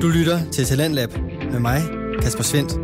Du lytter til Talentlab med mig, Kasper Svendt.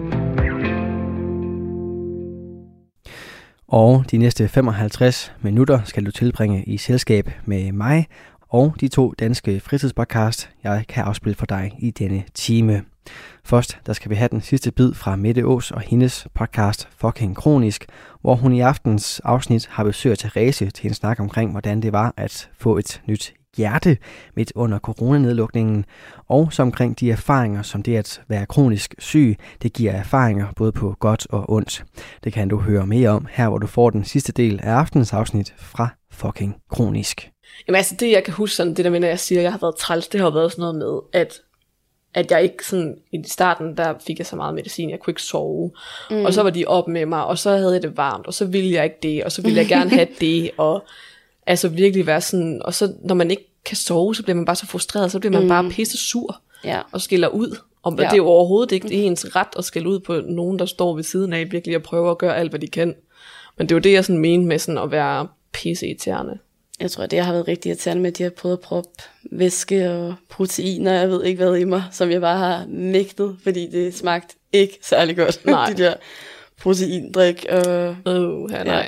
Og de næste 55 minutter skal du tilbringe i selskab med mig og de 2 danske fritidspodcast, jeg kan afspille for dig i denne time. Først der skal vi have den sidste bid fra Mette Aas og hendes podcast Fucking Kronisk, hvor hun i aftens afsnit har besøg af Therese til en snak omkring, hvordan det var at få et nyt hjerte midt under coronanedlukningen, og så omkring de erfaringer, som det at være kronisk syg, det giver erfaringer både på godt og ondt. Det kan du høre mere om her, hvor du får den sidste del af aftens afsnit fra Fucking Kronisk. Jamen altså det, jeg kan huske sådan, det der med, når jeg siger, at jeg har været træls, det har været sådan noget med, at jeg ikke sådan, i starten, der fik jeg så meget medicin, jeg kunne ikke sove, og så var de op med mig, og så havde jeg det varmt, og så ville jeg ikke det, og så ville jeg gerne have det, og altså virkelig være sådan, og så når man ikke kan sove, så bliver man bare så frustreret, så bliver man bare pisse sur, og skiller ud, og det er jo overhovedet ikke ens ret at skille ud på nogen, der står ved siden af, virkelig at prøve at gøre alt, hvad de kan, men det er jo det, jeg sådan mente med sådan at være pisse irriterende. Jeg tror, det har været rigtig irriterende med, at de har prøvet at proppe væske og proteiner, jeg ved ikke hvad i mig, som jeg bare har nægtet, fordi det smagte ikke særlig godt. Nej. De der proteindrik og... nej. Ja.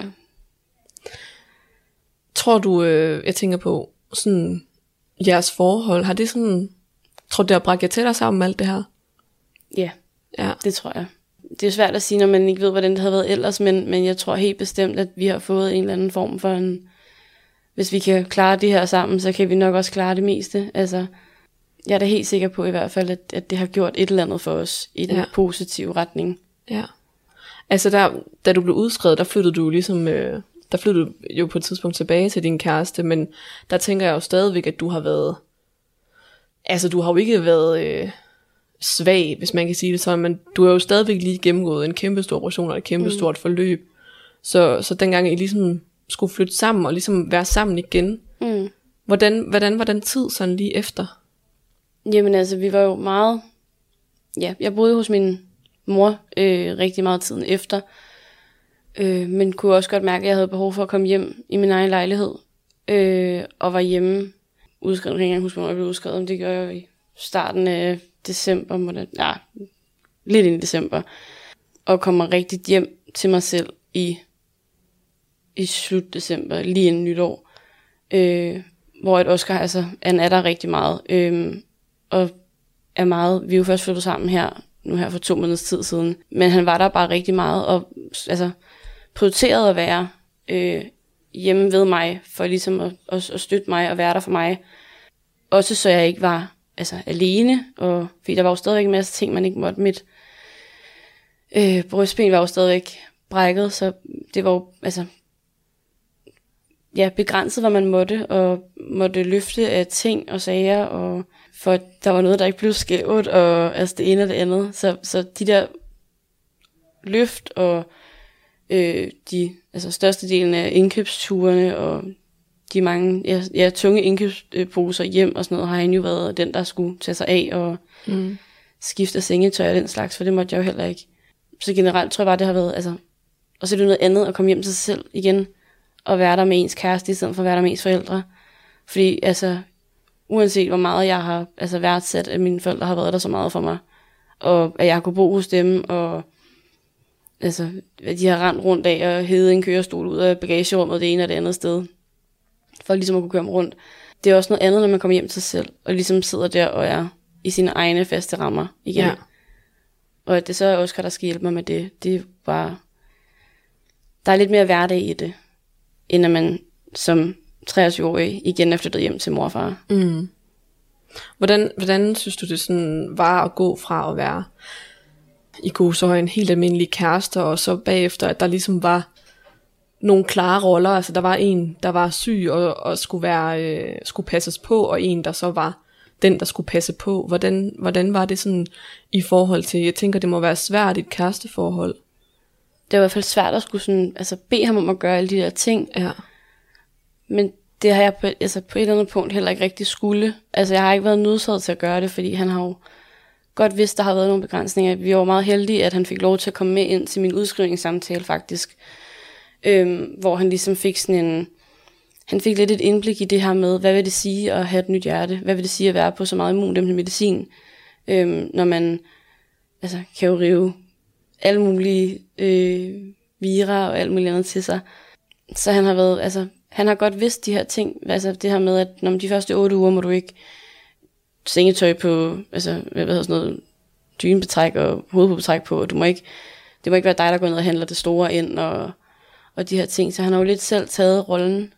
Tror du, jeg tænker på, sådan, jeres forhold, har det sådan, tror du, det har bragt jer tættere sammen alt det her? Ja, det tror jeg. Det er svært at sige, når man ikke ved, hvordan det havde været ellers, men jeg tror helt bestemt, at vi har fået en eller anden form for en... Hvis vi kan klare det her sammen, så kan vi nok også klare det meste. Altså, jeg er da helt sikker på i hvert fald, at det har gjort et eller andet for os i den positive retning. Ja. Altså, da du blev udskrevet, der flyttede du ligesom... Der flyttede du jo på et tidspunkt tilbage til din kæreste, men der tænker jeg jo stadigvæk, at du har været... Altså, du har jo ikke været svag, hvis man kan sige det sådan, men du har jo stadigvæk lige gennemgået en kæmpe stor operation og et kæmpe stort forløb. Så dengang I ligesom skulle flytte sammen og ligesom være sammen igen, hvordan var den tid sådan lige efter? Jamen altså, vi var jo meget... Ja, jeg boede hos min mor rigtig meget tiden efter, men kunne også godt mærke, at jeg havde behov for at komme hjem i min egen lejlighed, og var hjemme udskrevet. Jeg kan ikke engang huske, hvornår jeg blev udskrevet, men det gør jeg i starten af december, lidt ind i december, og kommer rigtig hjem til mig selv i slut december, lige inden nytår, hvor et Oscar, altså, han er der rigtig meget, og er meget, vi er jo først flyttet sammen her for 2 måneders tid siden, men han var der bare rigtig meget, og altså, prioriterede at være hjemme ved mig, for ligesom at støtte mig, og være der for mig, også så jeg ikke var alene, og fordi der var jo stadigvæk en masse ting, man ikke måtte. Mit brystben var jo stadigvæk brækket, så det var jo, begrænset, hvad man måtte, og måtte løfte af ting og sager, og for der var noget, der ikke blev skævt, og det ene og det andet. Så de der løft, og størstedelen af indkøbsturene, og de mange tunge indkøbsposer hjem og sådan noget, har han jo været den, der skulle tage sig af, og skifte sengetøj og den slags, for det måtte jeg jo heller ikke. Så generelt tror jeg bare, det har været, og så er det noget andet at komme hjem til sig selv igen, og være der med ens kæreste, i stedet for at være der med ens forældre. Fordi uanset hvor meget jeg har værdsat, at mine forældre har været der så meget for mig, og at jeg har kunnet bo hos dem, og de har rendt rundt af og hævet en kørestol ud af bagagerummet det ene og det andet sted, for ligesom at kunne køre mig rundt. Det er også noget andet, når man kommer hjem til sig selv, og ligesom sidder der og er i sine egne faste rammer igen. Ja. Og at det så er Oscar, der skal hjælpe mig med det, det er bare... Der er lidt mere hverdag i det, end at man som 23-årig igen er flyttet hjem til mor og far. Mm. Hvordan synes du, det sådan var at gå fra at være i gåseøjne helt almindelige kærester, og så bagefter, at der ligesom var nogle klare roller, altså der var en, der var syg og skulle passes på, og en, der så var den, der skulle passe på. Hvordan var det sådan i forhold til, jeg tænker, det må være svært i et kæresteforhold? Det var i hvert fald svært at skulle sådan, bede ham om at gøre alle de der ting. Ja. Men det har jeg på et eller andet punkt heller ikke rigtig skulle. Jeg har ikke været nødsaget til at gøre det, fordi han har jo godt vidst, der har været nogle begrænsninger. Vi var meget heldige, at han fik lov til at komme med ind til min udskrivningssamtale faktisk. Hvor han ligesom fik han fik lidt et indblik i det her med, hvad vil det sige at have et nyt hjerte? Hvad vil det sige at være på så meget immundæmpende medicin? Når man kan jo rive alle mulige vira og alt muligt andet til sig. Så han har været, han har godt vidst de her ting, det her med, at når de første 8 uger må du ikke sengetøj på, dynebetræk og hovedbetræk på, og det må ikke være dig, der går ned og handler det store ind, og de her ting. Så han har jo lidt selv taget rollen,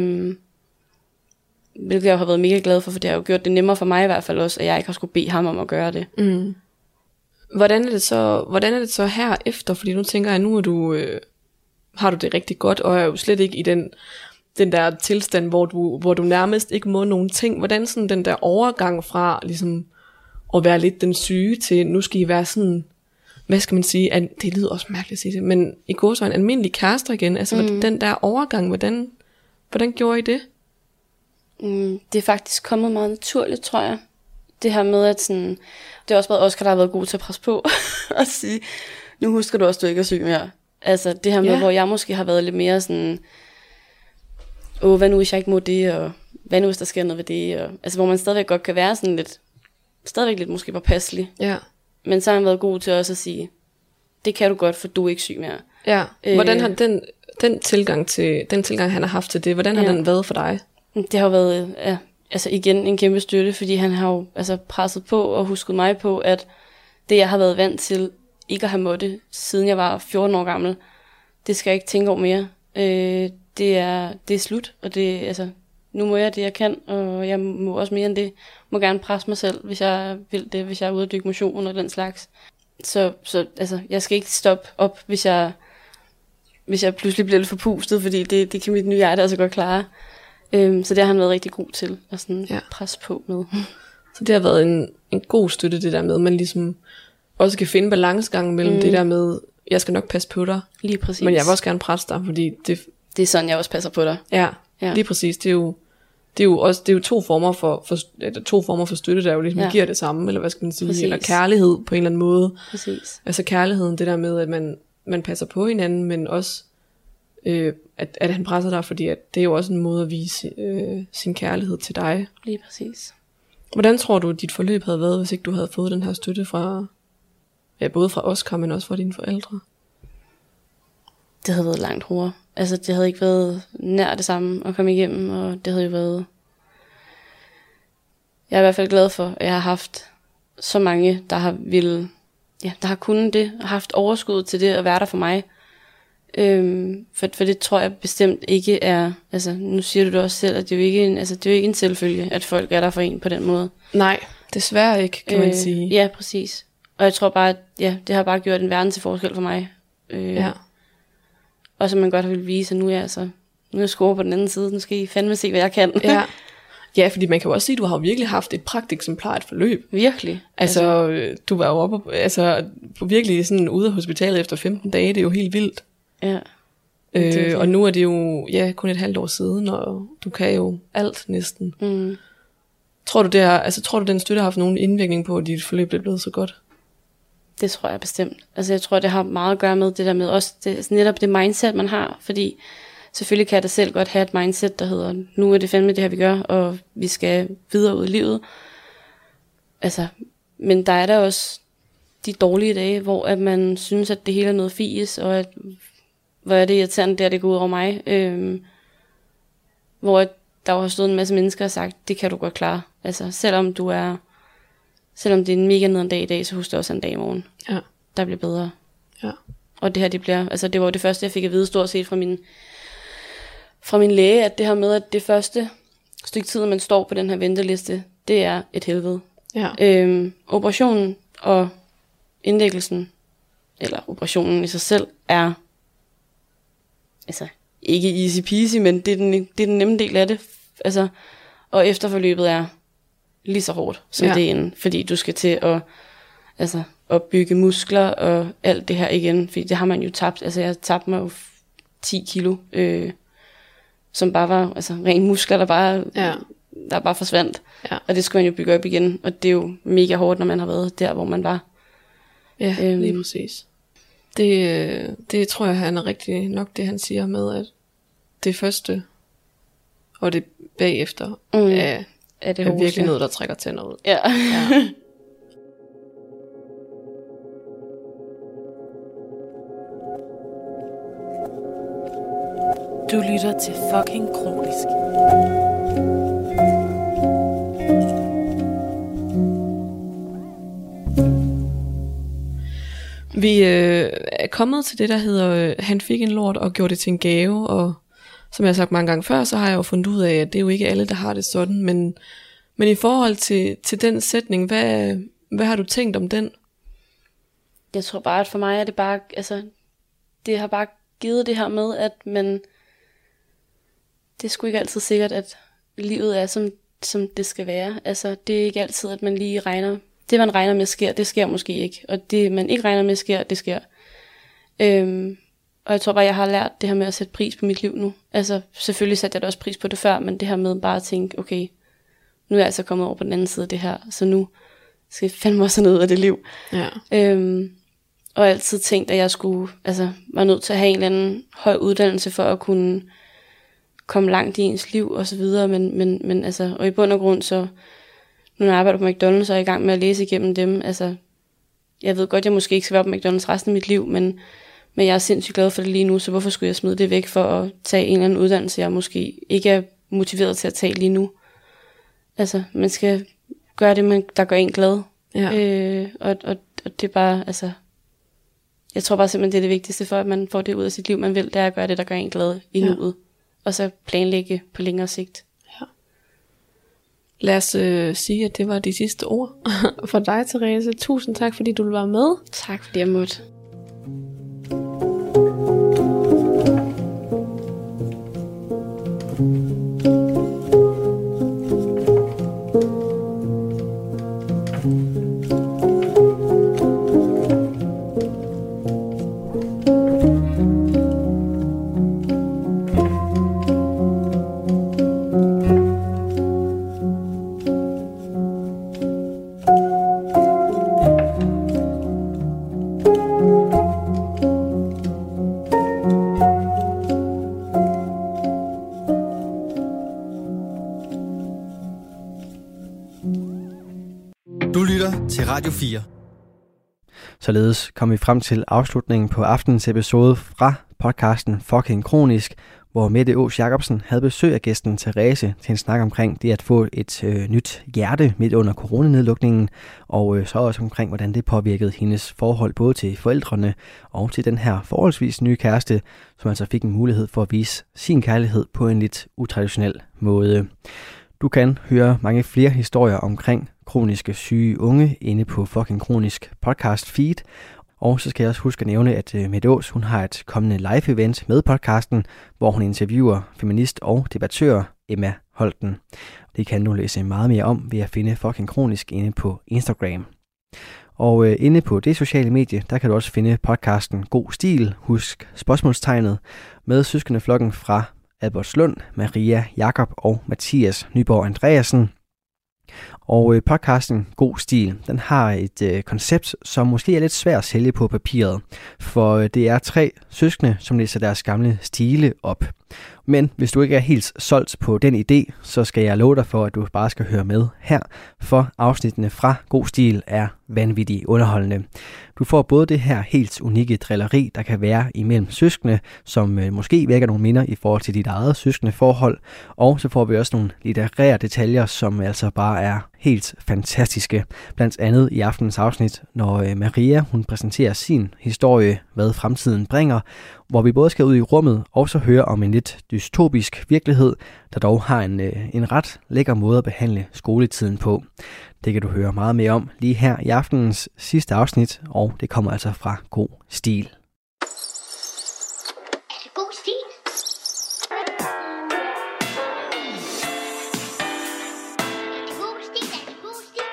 hvilket jeg jo har været mega glad for det har jo gjort det nemmere for mig i hvert fald også, at jeg ikke har skulle bede ham om at gøre det. Mm. Hvordan er det så herefter? Fordi nu tænker jeg, nu er du, har du det rigtig godt, og er jo slet ikke i den der tilstand, hvor du nærmest ikke må nogen ting. Hvordan sådan den der overgang fra ligesom at være lidt den syge til, nu skal I være sådan, hvad skal man sige, det lyder også mærkeligt at sige det, men i går så en almindelig kærester igen, den der overgang, hvordan gjorde I det? Det er faktisk kommet meget naturligt, tror jeg. Det her med, at sådan, det har også været Oscar, der har været god til at presse på og sige, nu husker du også, du ikke er syg mere. Det her med, hvor jeg måske har været lidt mere sådan, hvad nu hvis jeg ikke må det, og hvad nu hvis der sker noget ved det, og, hvor man stadigvæk godt kan være sådan lidt, stadigvæk lidt måske påpasselig. Ja. Men så har han været god til også at sige, det kan du godt, for du er ikke syg mere. Ja. Hvordan har den tilgang, han har haft til det, hvordan har den været for dig? Det har jo været, igen en kæmpe støtte, fordi han har jo presset på og husket mig på, at det jeg har været vant til ikke at have måttet, siden jeg var 14 år gammel, det skal jeg ikke tænke over mere. Det er slut, og det, nu må jeg det, jeg kan, og jeg må også mere end det. Jeg må gerne presse mig selv, hvis jeg vil det, hvis jeg er ude at dykke motion og den slags. Så jeg skal ikke stoppe op, hvis jeg pludselig bliver lidt forpustet, fordi det kan mit nye hjerte altså godt klare. Så det har han været rigtig god til at presse på med. Så det har været en god støtte, det der med, man ligesom også kan finde balancegangen mellem det der med, jeg skal nok passe på dig. Lige præcis. Men jeg vil også gerne presse dig, fordi det er sådan, jeg også passer på dig. Ja. Lige præcis. Det er jo to former for støtte, der jo ligesom giver det samme, eller hvad skal man sige, præcis. Eller kærlighed på en eller anden måde. Præcis. Kærligheden, det der med, at man passer på hinanden, men også at han presser dig, fordi at det er jo også en måde at vise sin kærlighed til dig. Lige præcis. Hvordan tror du, dit forløb havde været, hvis ikke du havde fået den her støtte fra, både fra Oscar, men også fra dine forældre? Det havde været langt hårdere. Det havde ikke været nær det samme at komme igennem, og det havde jo været... Jeg er i hvert fald glad for, at jeg har haft så mange, der har kunnet det, og haft overskud til det at være der for mig. For det tror jeg bestemt ikke er, nu siger du det også selv, at det er jo ikke en selvfølge, at folk er der for en på den måde. Nej, desværre ikke, kan man sige. Ja, præcis. Og jeg tror bare, at det har bare gjort en verden til forskel for mig. Og så man godt vil vise, at nu er jeg score på den anden side, nu skal I fandme se, hvad jeg kan. Ja, fordi man kan jo også sige, at du har virkelig haft et pragteksemplar, et forløb. Virkelig. Du var jo oppe, på virkelig sådan ude af hospitalet efter 15 dage, det er jo helt vildt. Ja. Og nu er det jo kun et halvt år siden, og du kan jo alt næsten. Tror du den støtte har haft nogen indvirkning på, at dit forløb er blevet så godt? Det tror jeg bestemt. Jeg tror, det har meget at gøre med det der med også netop det mindset, man har. Fordi selvfølgelig kan jeg da selv godt have et mindset, der hedder, nu er det fandme det her, vi gør, og vi skal videre ud i livet. Men der er der også de dårlige dage, hvor at man synes, at det hele er noget fis, og at hvor er det irriterende, det går ud over mig. Hvor der har stået en masse mennesker og sagt, det kan du godt klare. Selvom det er en mega nederen dag i dag, så husk det også en dag i morgen. Ja. Der bliver bedre. Ja. Og det her, det var jo det første, jeg fik at vide stort set fra min læge, at det her med, at det første stykke tid, man står på den her venteliste, det er et helvede. Ja. Operationen og indlæggelsen, eller operationen i sig selv, er ikke easy peasy, men det er den nemme del af det. Og efterforløbet er lige så hårdt som det ene, fordi du skal til at opbygge muskler og alt det her igen, fordi det har man jo tabt. Jeg tabte mig jo 10 kilo, som bare var ren muskler, der bare forsvandt. Ja. Og det skulle man jo bygge op igen, og det er jo mega hårdt, når man har været der, hvor man var. Ja, lige præcis. Det tror jeg, han er rigtig nok det, han siger med, at det første og det bagefter er det virkelig noget, der trækker tænder ud. Ja. Du lytter til fucking kronisk. Vi er kommet til det, der hedder, han fik en lort og gjorde det til en gave, og som jeg har sagt mange gange før, så har jeg jo fundet ud af, at det er jo ikke alle, der har det sådan, men i forhold til den sætning, hvad har du tænkt om den? Jeg tror bare, at for mig er det bare, altså, det har bare givet det her med, at det er sgu ikke altid sikkert, at livet er, som det skal være. Altså, det er ikke altid, at man lige regner. Det, man regner med sker, det sker måske ikke. Og det, man ikke regner med sker, det sker. Og jeg tror bare, jeg har lært det her med at sætte pris på mit liv nu. Altså, selvfølgelig satte jeg da også pris på det før, men det her med bare at tænke, okay, nu er jeg altså kommet over på den anden side af det her, så nu skal jeg fandme også ned af det liv. Ja. Og altid tænkt, at jeg var nødt til at have en eller anden høj uddannelse for at kunne komme langt i ens liv og så videre, men altså, og i bund og grund så, nu når jeg arbejder på McDonald's, så er jeg i gang med at læse igennem dem. Altså, jeg ved godt, jeg måske ikke skal være på McDonald's resten af mit liv, men jeg er sindssygt glad for det lige nu, så hvorfor skulle jeg smide det væk for at tage en eller anden uddannelse, jeg måske ikke er motiveret til at tage lige nu. Altså, man skal gøre det, der gør en glad. Ja. Og det er bare, altså, jeg tror bare simpelthen, det er det vigtigste for, at man får det ud af sit liv, man vil, det er at gøre det, der gør en glad i nuet. Og så planlægge på længere sigt. Ja. Lad os sige, at det var de sidste ord for dig, Therese. Tusind tak, fordi du ville være med. Tak, fordi jeg måtte. Du lytter til Radio 4. Således kom vi frem til afslutningen på aftenens episode fra podcasten Fucking Kronisk, hvor Mette Aas Jacobsen havde besøg af gæsten Therese til en snak omkring det at få et nyt hjerte midt under coronanedlukningen, og så også omkring, hvordan det påvirkede hendes forhold både til forældrene og til den her forholdsvis nye kæreste, som altså fik en mulighed for at vise sin kærlighed på en lidt utraditionel måde. Du kan høre mange flere historier omkring kroniske syge unge inde på Fucking Kronisk podcast feed. Og så skal jeg også huske at nævne, at Mette Aas, hun har et kommende live-event med podcasten, hvor hun interviewer feminist og debattør Emma Holten. Det kan du læse meget mere om ved at finde Fucking Kronisk inde på Instagram. Og inde på det sociale medie, der kan du også finde podcasten God Stil, husk spørgsmålstegnet, med søskendeflokken fra Albertslund, Maria, Jakob og Mathias Nyborg Andreasen. Og podcasten God Stil, den har et koncept, som måske er lidt svært at sælge på papiret, for det er 3 søskende, som læser deres gamle stile op. Men hvis du ikke er helt solgt på den idé, så skal jeg love dig for, at du bare skal høre med her, for afsnittene fra God Stil er vanvittigt underholdende. Du får både det her helt unikke drilleri, der kan være imellem søskende, som måske vækker nogle minder i forhold til dit eget søskendeforhold, og så får vi også nogle litterære detaljer, som altså bare er helt fantastiske. Blandt andet i aftenens afsnit, når Maria hun præsenterer sin historie, hvad fremtiden bringer, hvor vi både skal ud i rummet og så høre om en lidt dystopisk virkelighed, der dog har en ret lækker måde at behandle skoletiden på. Det kan du høre meget mere om lige her i aftenens sidste afsnit, og det kommer altså fra God Stil. Er det god stil? Er det god stil? Er det god stil?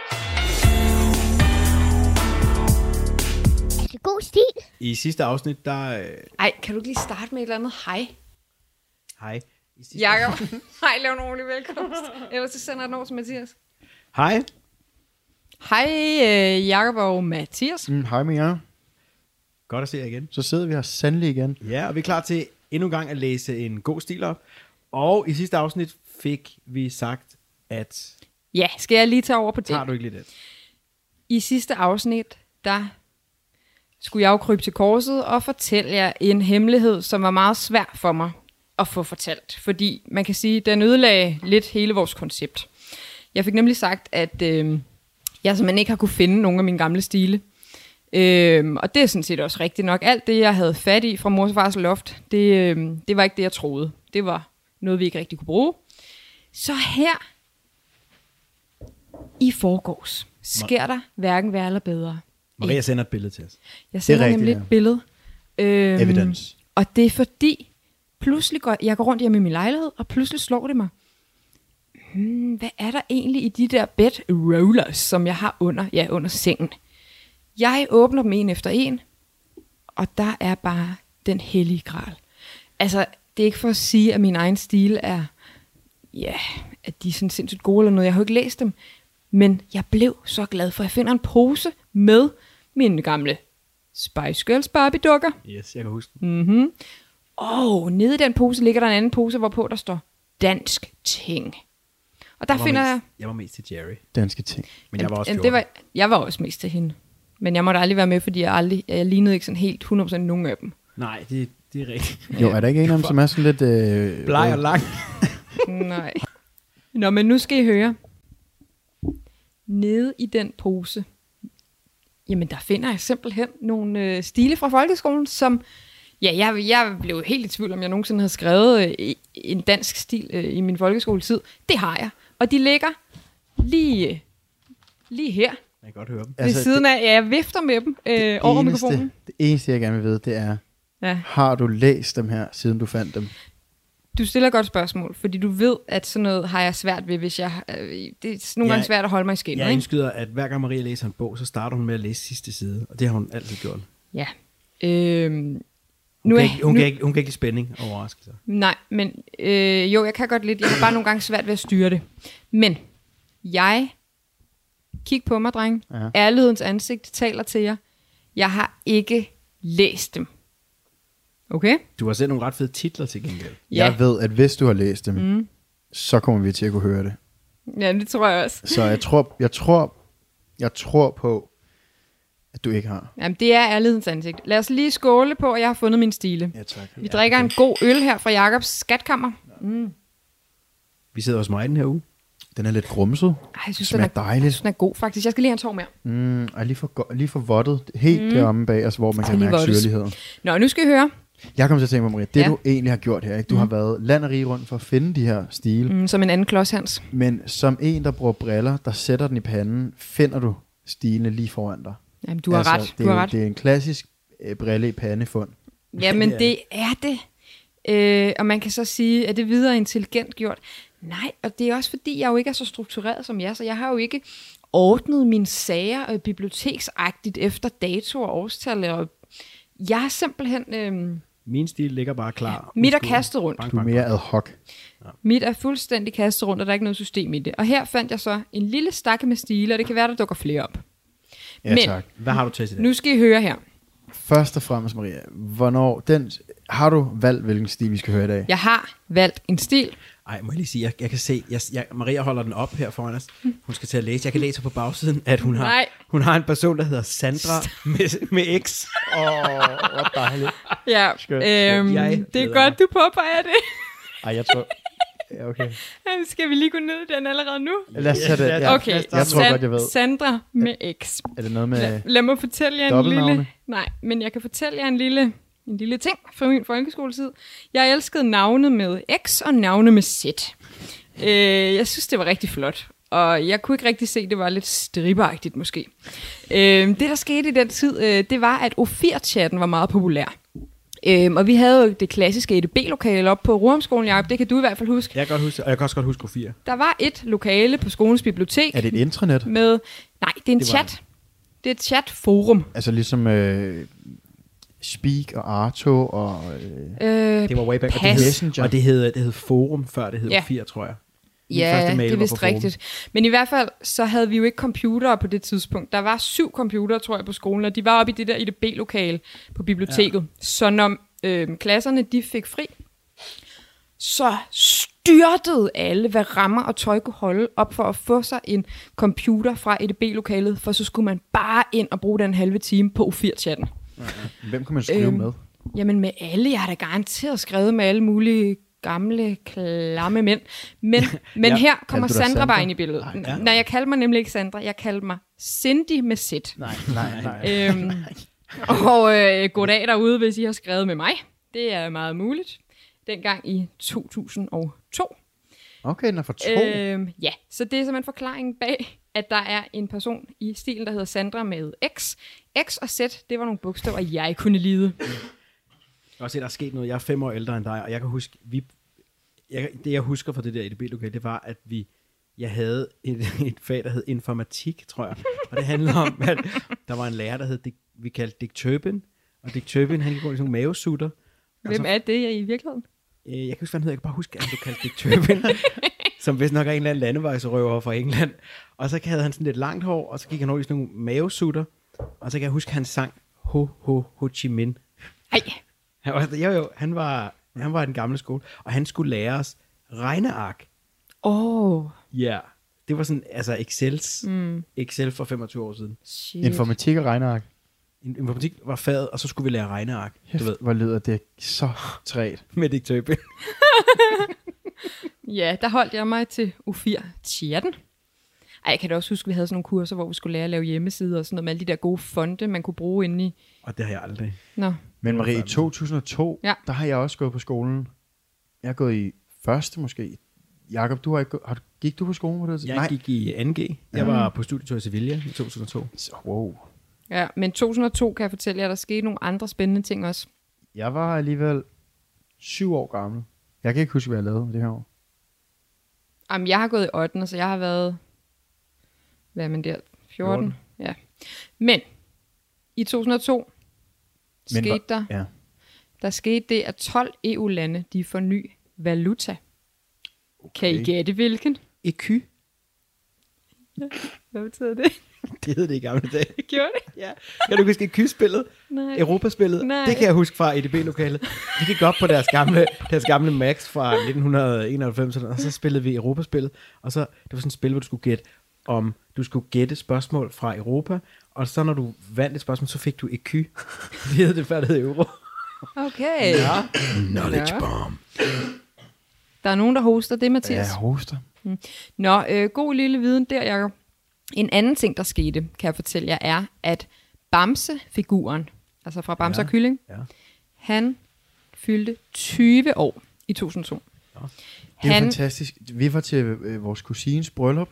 Er det god stil? I sidste afsnit, der... Ej, kan du ikke lige starte med et eller andet hej? Hej. Jakob, hej, lav en ordentlig velkomst. Ellers så sender jeg et ord til Mathias. Hej. Hej, Jakob og Mathias. Hej med jer. Godt at se jer igen. Så sidder vi her sandelig igen. Ja, og vi er klar til endnu en gang at læse en god stil op. Og i sidste afsnit fik vi sagt, at... Ja, skal jeg lige tage over på det? Tager du ikke lige det? I sidste afsnit, der skulle jeg jo krybe til korset og fortælle jer en hemmelighed, som var meget svær for mig at få fortalt, fordi man kan sige, at den ødelagde lidt hele vores koncept. Jeg fik nemlig sagt, at jeg simpelthen ikke har kunne finde nogen af mine gamle stile. Og det er sådan set også rigtigt nok. Alt det, jeg havde fat i fra mors og fars loft, det var ikke det, jeg troede. Det var noget, vi ikke rigtig kunne bruge. Så her i forgårs sker der hverken værre eller bedre. Maria sender et billede til os. Jeg sender rigtigt, nemlig et billede. Evidence. Og det er fordi, pludselig jeg går rundt hjemme i min lejlighed, og pludselig slår det mig. Hvad er der egentlig i de der bed rollers, som jeg har under sengen? Jeg åbner dem en efter en, og der er bare den hellige gral. Altså, det er ikke for at sige, at min egen stil er, at de er sådan sindssygt gode eller noget. Jeg har jo ikke læst dem, men jeg blev så glad, for jeg finder en pose med mine gamle Spice Girls Barbie-dukker. Yes, jeg kan huske den. Og nede i den pose ligger der en anden pose, hvorpå der står dansk ting. Og der finder jeg... Jeg var mest til Jerry. Danske ting. Men jeg var også 14. Jeg var også mest til hende. Men jeg måtte aldrig være med, fordi jeg lignede ikke sådan helt 100% nogen af dem. Nej, det er rigtigt. Jo, er der ikke en af dem, som er sådan lidt... Bleg og lang. Nej. Nå, men nu skal I høre. Nede i den pose, jamen der finder jeg simpelthen nogle stile fra folkeskolen, som... Ja, jeg blev helt i tvivl, om jeg nogensinde havde skrevet en dansk stil i min folkeskoletid. Det har jeg. Og de ligger lige her. Jeg kan godt høre dem. Ved siden af, jeg vifter med dem over mikrofonen. Det eneste, jeg gerne vil vide, det er, har du læst dem her, siden du fandt dem? Du stiller et godt spørgsmål, fordi du ved, at sådan noget har jeg svært ved, hvis jeg... det er nogle gange svært at holde mig i skinnet. Jeg indskyder, at hver gang Maria læser en bog, så starter hun med at læse sidste side. Og det har hun altid gjort. Ja. Hun kan ikke lide spænding og overraskelse. Nej, men jeg kan godt lidt. Jeg har bare nogle gange svært ved at styre det. Men kig på mig, dreng. Ja. Ærlighedens ansigt taler til jer. Jeg har ikke læst dem. Okay? Du har sendt nogle ret fede titler til gengæld. Ja. Jeg ved, at hvis du har læst dem, så kommer vi til at kunne høre det. Ja, det tror jeg også. Så jeg tror på, at du ikke har. Jamen, det er ærlighedens ansigt. Lad os lige skåle på, at jeg har fundet min stile. Ja, tak. Vi drikker en god øl her fra Jacobs skatkammer. Vi sidder hos mig den her uge. Den er lidt grumset. Jeg synes, den er dejligt. Jeg synes, den er god, faktisk. Jeg skal lige have en tår mere. Og lige for vottet helt deromme bag os, hvor man kan mærke syrligheden. Nå, nu skal I høre. Jeg kommer til at tænke på, Maria, det du egentlig har gjort her, ikke? Du har været land og rige rundt for at finde de her stile. Som en anden klods, Hans. Men som en, der bruger briller, der sætter den i panden, finder du stilene lige foran dig. Jamen, du har ret. Det er en klassisk brille i pandefund. Jamen, det er det. Og man kan så sige, at det videre intelligent gjort. Nej, og det er også fordi, jeg jo ikke er så struktureret som jer, så jeg har jo ikke ordnet mine sager biblioteksagtigt efter dato og årstal. Og jeg har simpelthen... Min stil ligger bare klar. Mit er kastet rundt. Du er mere ad hoc. Ja. Mit er fuldstændig kastet rundt, og der er ikke noget system i det. Og her fandt jeg så en lille stakke med stile, og det kan være, der dukker flere op. Ja, men, tak. Hvad har du til det? Nu skal I høre her. Først og fremmest, Maria, har du valgt, hvilken stil vi skal høre i dag? Jeg har valgt en stil. Ej, må jeg lige sige, jeg kan se, Maria holder den op her foran os. Hun skal til at læse. Jeg kan læse på bagsiden, at hun har en person, der hedder Sandra med X. Hvor dejligt. Ja, det er godt, du påpeger det. Ej, jeg tror... Ja, okay. Skal vi lige gå ned i den allerede nu? Lad os tage det. Ja. Okay, jeg tror godt, jeg ved. Sandra med X. Er det noget med lad mig fortælle jer en lille... Nej, men jeg kan fortælle jer en lille ting fra min folkeskoletid. Jeg elskede navne med X og navne med Z. Jeg synes, det var rigtig flot. Og jeg kunne ikke rigtig se, det var lidt stripperagtigt måske. Det, der skete i den tid, det var, at O4-chatten var meget populær. Og vi havde jo det klassiske EDB-lokale op på Ruhromskolen, Jacob. Det kan du i hvert fald huske. Jeg kan godt huske, og jeg kan også godt huske O4. Der var et lokale på skolens bibliotek. Er det et intranet? Nej, det er en chat. Det er et chatforum. Altså ligesom Speak og Arto og... det var way back. Og det hed Forum, før det hed O4, tror jeg. Ja, det er vist rigtigt. Men i hvert fald, så havde vi jo ikke computere på det tidspunkt. Der var 7 computere, tror jeg, på skolen, og de var oppe i det der EDB-lokale på biblioteket. Ja. Så når klasserne, de fik fri, så styrtede alle, hvad rammer og tøj kunne holde op for at få sig en computer fra EDB-lokalet, for så skulle man bare ind og bruge den halve time på O4-chatten. Hvem kunne man skrive med? Jamen med alle, jeg har da garanteret skrevet med alle mulige gamle, klamme mænd. Men Ja, her kommer kaldte du dig Sandra bare Sandra? ind i billedet. Nej, Nej, jeg kalder mig nemlig ikke Sandra, jeg kalder mig Cindy med Z. Nej. Goddag derude, hvis I har skrevet med mig. Det er meget muligt. Dengang i 2002. Okay, den er for 2. Ja, så det er simpelthen forklaringen bag, at der er en person i stilen, der hedder Sandra med X. X og Z, det var nogle bogstaver, jeg kunne lide. Også der er sket noget. Jeg er 5 år ældre end dig, og jeg kan huske, det jeg husker fra det der EDB-lokale, det var, at jeg havde et fag, der hed informatik, tror jeg. Og det handlede om, at der var en lærer, der hed, vi kaldte Dick Turpin, og Dick Turpin, han gik rundt i sådan nogle mavesutter. Hvem er det i virkeligheden? Jeg kan huske, hvad han hedder. Jeg kan bare huske, at han blev kaldt Dick Turpin, som vist nok er en eller anden landevejsrøver fra England. Og så havde han sådan lidt langt hår, og så gik han over i sådan nogle mavesutter, og så kan jeg huske, at han sang Ho Chi Minh. Ej. Han var i den gamle skole, og han skulle lære os regneark. Ja, det var sådan, altså Excel for 25 år siden. Shit. Informatik og regneark. Informatik var faget, og så skulle vi lære regneark. Du ved, Hvor lyder det så træt. med Dick Turpin. Ja, der holdt jeg mig til U4-chatten. Ej, jeg kan da også huske, at vi havde sådan nogle kurser, hvor vi skulle lære at lave hjemmesider og sådan noget med alle de der gode fonte, man kunne bruge inde i. Og det har jeg aldrig. Nå. Men Marie, i 2002, Ja. der har jeg også gået på skolen. Jeg har gået i første måske. Jakob, du har ikke gik du på skolen på det? Jeg gik i 2G. Jeg var på studietur i Sevilla i 2002. Wow. Ja, men 2002 kan jeg fortælle jer, der skete nogle andre spændende ting også. Jeg var alligevel 7 år gammel. Jeg kan ikke huske, hvad jeg lavede det her år. Jamen, jeg har gået i 8. så jeg har været, hvad er man der, 14? Ja. Men i 2002 skete der skete det, at 12 EU-lande, de får ny valuta. Okay. Kan I gætte hvilken? EQ. Hvad betyder det? Det hed det i gamle dage. Gjorde det? Ja. Kan du huske EQ-spillet? Nej. Europaspillet? Nej. Det kan jeg huske fra EDB-lokalet. Vi gik op på deres gamle Max fra 1991, og så spillede vi Europaspillet. Og så, det var sådan et spil, hvor du skulle gætte spørgsmål fra Europa, og så når du vandt et spørgsmål, så fik du EQ. Det hed det før, det hed euro. Okay. Ja. Knowledge bomb. Der er nogen, der hoster det, Mathias. Ja, jeg hoster. Nå, god lille viden der, Jacob. En anden ting, der skete, kan jeg fortælle jer, er, at Bamse-figuren, altså fra Bamse og Kylling, han fyldte 20 år i 2002. Det er fantastisk. Vi var til vores kusines bryllup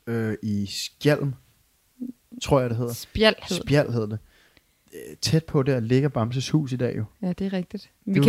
i Skjalm, tror jeg det hedder. Spjald hedder det. Tæt på der ligger Bamses hus i dag jo. Ja, det er rigtigt.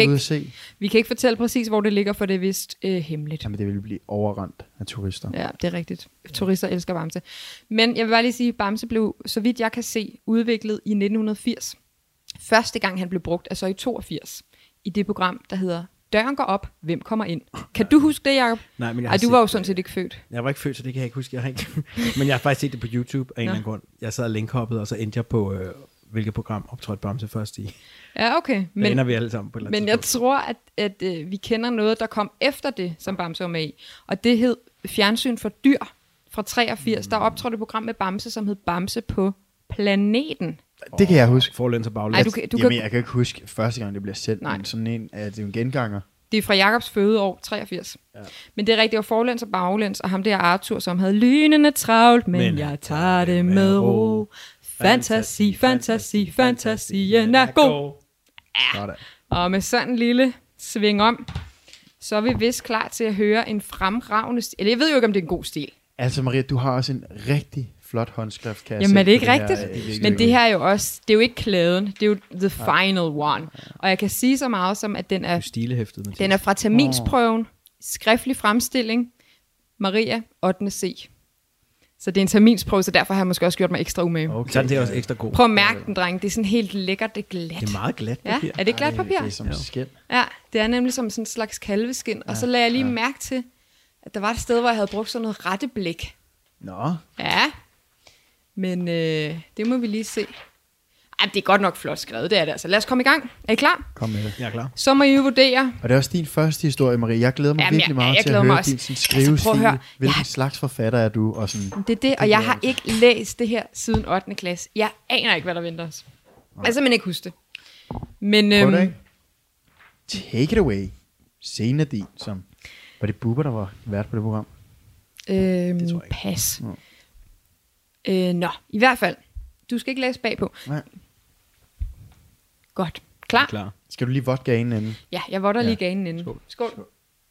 Vi kan ikke fortælle præcis, hvor det ligger, for det er vist hemmeligt. Jamen, det vil blive overrendt af turister. Ja, det er rigtigt. Turister elsker Bamse. Men jeg vil bare lige sige, at Bamse blev, så vidt jeg kan se, udviklet i 1980. Første gang han blev brugt er så i 82. I det program, der hedder Døren går op, hvem kommer ind? Kan du huske det, Jacob? Nej, men du var jo sådan set ikke født. Jeg var ikke født, så det kan jeg ikke huske. Men jeg har faktisk set det på YouTube af en eller anden grund. Jeg sad linkhoppet, og så endte jeg på... hvilket program optrådte Bamse først i. Ja, okay. Men ender vi alle sammen på et eller andet Men jeg tror, at vi kender noget, der kom efter det, som Bamse var med i. Og det hed Fjernsyn for dyr fra 83. Der optrådte et program med Bamse, som hed Bamse på planeten. Det kan jeg huske. Forlæns og baglæns. Jamen, jeg kan ikke huske første gang, det bliver sendt. Men sådan en, det er jo en genganger. Det er fra Jakobs fødeår, 83. Ja. Men det er rigtigt, det var forlæns og baglæns, og ham der Arthur, som havde lynende travlt, men jeg tager det med ro. Fantasi, fantasi, fantasien er god. Ja. Og med sådan en lille sving om, så er vi vist klar til at høre en fremragende stil. Eller jeg ved jo ikke, om det er en god stil. Altså Maria, du har også en rigtig flot håndskrift, kan jeg Jamen er det ikke det rigtigt? Men det her er jo også, det er jo ikke klæden, det er jo the final one. Og jeg kan sige så meget som, at den er stilehæftet. Den er fra terminsprøven, skriftlig fremstilling, Maria, 8. C. Så det er en terminsprøve, så derfor har jeg måske også gjort mig ekstra umage. Okay. Så det er også ekstra god. Prøv at mærke den, dreng. Det er sådan helt lækkert, det er glat. Det er meget glat papir. Ja, er det glat papir? Det er som skin. Ja, det er nemlig som sådan en slags kalveskin. Og så lagde jeg lige mærke til, at der var et sted, hvor jeg havde brugt sådan noget retteblik. Nå. Ja, men det må vi lige se. Ej, det er godt nok flot skrevet, det er det altså. Lad os komme i gang. Er I klar? Kom med det. Jeg er klar. Så må I jo vurdere. Og det er også din første historie, Marie. Jeg glæder mig virkelig meget til at høre din skrivestil. Hvilken slags forfatter er du? Og sådan. Det er det, og jeg har ikke læst det her siden 8. klasse. Jeg aner ikke, hvad der venter os. Jeg kan simpelthen ikke huske det. Men Take it away. Senadin, som... Var det Bubber, der var vært på det program? Det tror jeg ikke. Pas. Nå, i hvert fald. Du skal ikke læse bagpå. Nej. Godt. Klar? Klar. Skal du lige vodka inden? Ja, jeg votter lige ganen inden. Skål.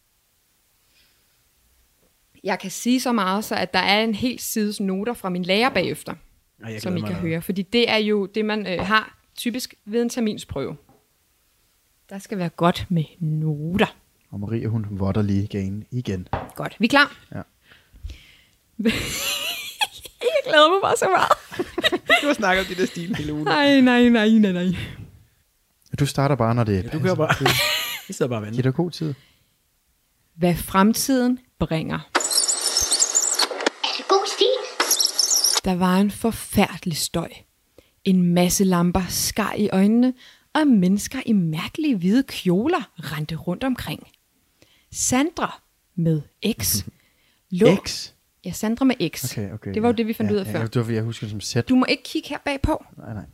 Jeg kan sige så meget, så at der er en hel sides noter fra min lærer bagefter, som I kan høre. Fordi det er jo det, man har typisk ved en terminsprøve. Der skal være godt med noter. Og Maria, hun votter lige ganen igen. Godt. Vi er klar? Ja. Jeg glæder mig bare så meget. Du har snakket om det der stil hele ugen. Nej. Du starter bare, når det er. Du kører bare. Det sidder bare vandet. Giv dig god tid. Hvad fremtiden bringer. Er det god stil? Der var en forfærdelig støj. En masse lamper skar i øjnene, og mennesker i mærkelige hvide kjoler rendte rundt omkring. Sandra med X lå... X? Ja, Sandra med X. Okay. Det var jo det, vi fandt ud af før. Ja, det var, jeg husker det som Z. Du må ikke kigge her bagpå. Nej.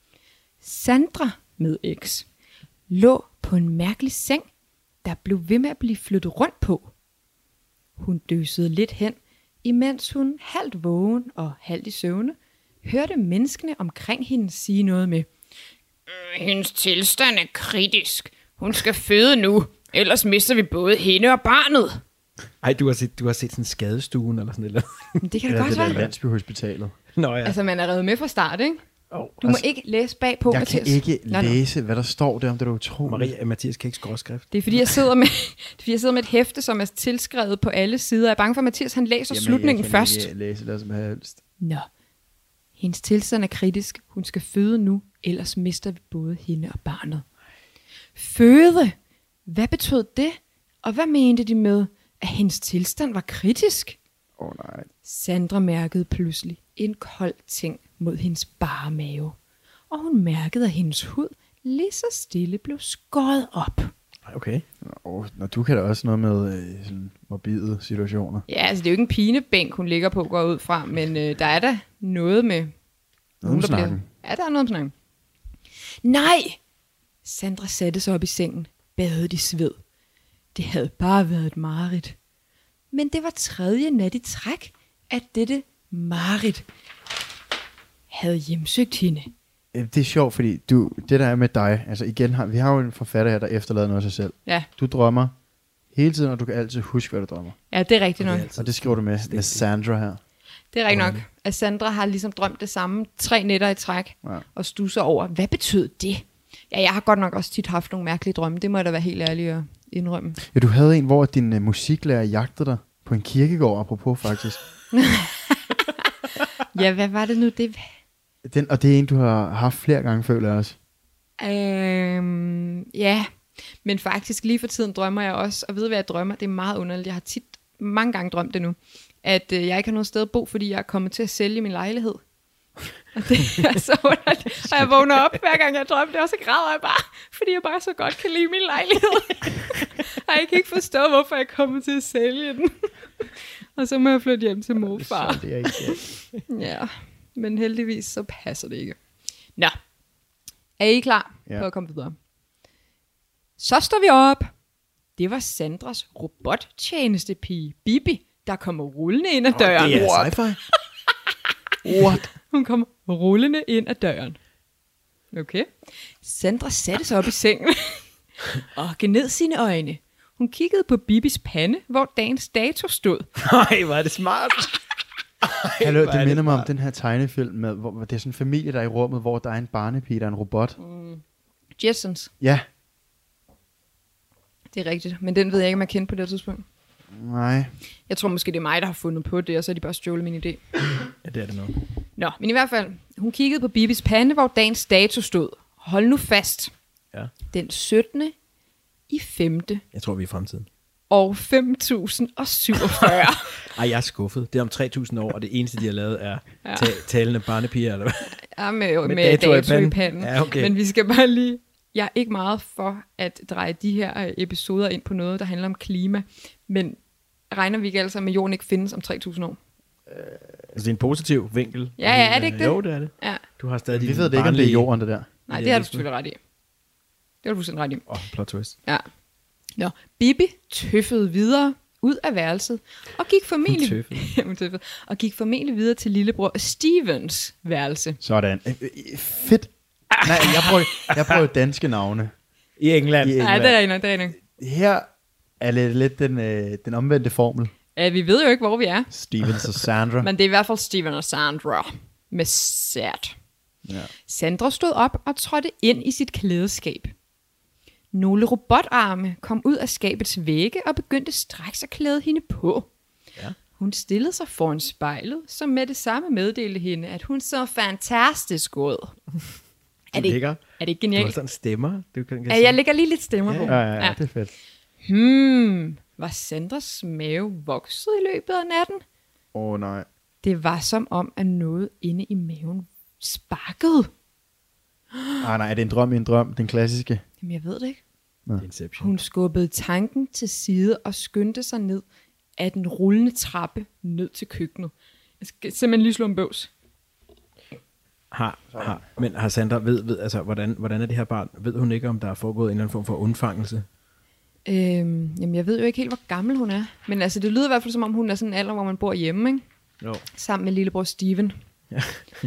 Sandra med X lå på en mærkelig seng, der blev ved med at blive flyttet rundt på. Hun døsede lidt hen, imens hun halvt vågen og halvt i søvne, hørte menneskene omkring hende sige noget med: hendes tilstand er kritisk. Hun skal føde nu, ellers mister vi både hende og barnet. Ej, du har set sådan skadestuen eller sådan eller. Det kan det Eller godt det der være. landsbyhospitalet. Nå ja. Altså, man er reddet med fra start, ikke? Oh, Du må ikke læse bagpå, Jeg Mathias. kan ikke Nå. læse, hvad der står der, om det er utroligt. Mathias kan ikke skråskrift. Det er fordi, jeg sidder med et hæfte, som er tilskrevet på alle sider. Jeg er bange for, at Mathias han læser slutningen først. Jeg kan ikke læse det som helst. Nå. Hendes tilstand er kritisk. Hun skal føde nu, ellers mister vi både hende og barnet. Føde? Hvad betød det? Og hvad mente de med, at hendes tilstand var kritisk? Nej. Sandra mærkede pludselig en kold ting mod hendes bare mave. Og hun mærkede, at hendes hud lige så stille blev skåret op. Okay. Og du kan da også noget med sådan morbide situationer. Ja, altså det er jo ikke en pinebænk, hun ligger på, går ud fra, men der er da noget med... Noget om snakken. Ja, der er noget om snakken. Nej! Sandra satte sig op i sengen, badet i sved. Det havde bare været et mareridt. Men det var 3. nat i træk, at dette mareridt havde hjemsøgt hende. Det er sjovt, fordi det der er med dig, altså igen, vi har jo en forfatter her, der efterlader noget af sig selv. Ja. Du drømmer hele tiden, og du kan altid huske, hvad du drømmer. Ja, det er rigtigt nok. Og det skriver du med Sandra her. Det er rigtigt nok, at Sandra har ligesom drømt det samme 3 nætter i træk, og stusser over, hvad betød det? Ja, jeg har godt nok også tit haft nogle mærkelige drømme, det må jeg da være helt ærlig at indrømme. Ja, du havde en, hvor din musiklærer jagtede dig på en kirkegård, apropos faktisk. Ja, hvad var det nu? Og det er en, du har haft flere gange, føler jeg også. Ja, men faktisk lige for tiden drømmer jeg også, og ved hvad jeg drømmer, det er meget underligt, jeg har mange gange drømt det nu, at jeg ikke har noget sted at bo, fordi jeg er kommet til at sælge min lejlighed. Og det er så underligt, og jeg vågner op hver gang jeg drømmer det, og så græder jeg bare, fordi jeg bare så godt kan lide min lejlighed. Og jeg kan ikke forstå, hvorfor jeg kommer til at sælge den. Og så må jeg flytte hjem til morfar. Det er ikke. Ja, men heldigvis så passer det ikke. Nå, er I klar på at komme videre? Så står vi op. Det var Sandras robottjenestepige, Bibi, der kommer rullende ind ad døren. Det er sci-fi. What? Hun kom rullende ind ad døren. Okay. Sandra satte sig op i sengen og gned sine øjne. Hun kiggede på Bibis pande, hvor dagens dato stod. Nej, hvor er det smart. Hallo, det minder mig om den her tegnefilm, med, hvor det er sådan en familie, der er i rummet, hvor der er en barnepige, der er en robot. Jetsons. Ja. Det er rigtigt, men den ved jeg ikke, om jeg kendte på det tidspunkt. Nej. Jeg tror måske, det er mig, der har fundet på det, og så har de bare stjålet min idé. Ja, det er det nok. Nå, men i hvert fald, hun kiggede på Bibis pande, hvor dagens dato stod. Hold nu fast. Ja. Den 17. i 5. Jeg tror, vi er i fremtiden. Og 5047. Ej, jeg er skuffet. Det er om 3000 år, og det eneste, de har lavet, er talende barnepiger, eller hvad? Ja, med dato i panden. Ja, okay. Men vi skal bare lige... Jeg er ikke meget for at dreje de her episoder ind på noget, der handler om klima. Men regner vi ikke altså med, at jorden ikke findes om 3000 år? Altså, det er en positiv vinkel. Ja, er det ikke det? Jo, det er det. Ja. Du har stadig Vi ved det ikke, om det er jorden, det der. Nej, det har du selvfølgelig ret i. Det var du fuldstændig ret i. Plot twist. Ja. Nå, Bibi tøffede videre ud af værelset, og gik formentlig videre til lillebror Stevens værelse. Sådan. Fedt. Nej, jeg prøver danske navne. I England. Ja, det er nok. Her er lidt den omvendte formel. Ja, vi ved jo ikke, hvor vi er. Stevens og Sandra. Men det er i hvert fald Steven og Sandra. Med sært. Ja. Sandra stod op og trådte ind i sit klædeskab. Nogle robotarme kom ud af skabets vægge og begyndte straks at klæde hende på. Ja. Hun stillede sig foran spejlet, som med det samme meddelte hende, at hun så fantastisk ud. Er det ikke genialt? Du har sådan stemmer. Jeg lægger lige lidt stemmer på. Ja, det er fedt. Var Sandras mave vokset i løbet af natten? Nej. Det var som om, at noget inde i maven sparkede. Nej, er det en drøm i en drøm? Den klassiske? Jamen, jeg ved det ikke. Inception. Hun skubbede tanken til side og skyndte sig ned af den rullende trappe ned til køkkenet. Jeg skal simpelthen lige slå en bøvs. Men har Sandra altså, hvordan er det her barn? Ved hun ikke, om der er foregået en eller anden form for undfangelse? Jamen, jeg ved jo ikke helt, hvor gammel hun er. Men altså, det lyder i hvert fald, som om hun er sådan en alder, hvor man bor hjemme, ikke? Jo. Sammen med lillebror Steven. Ja.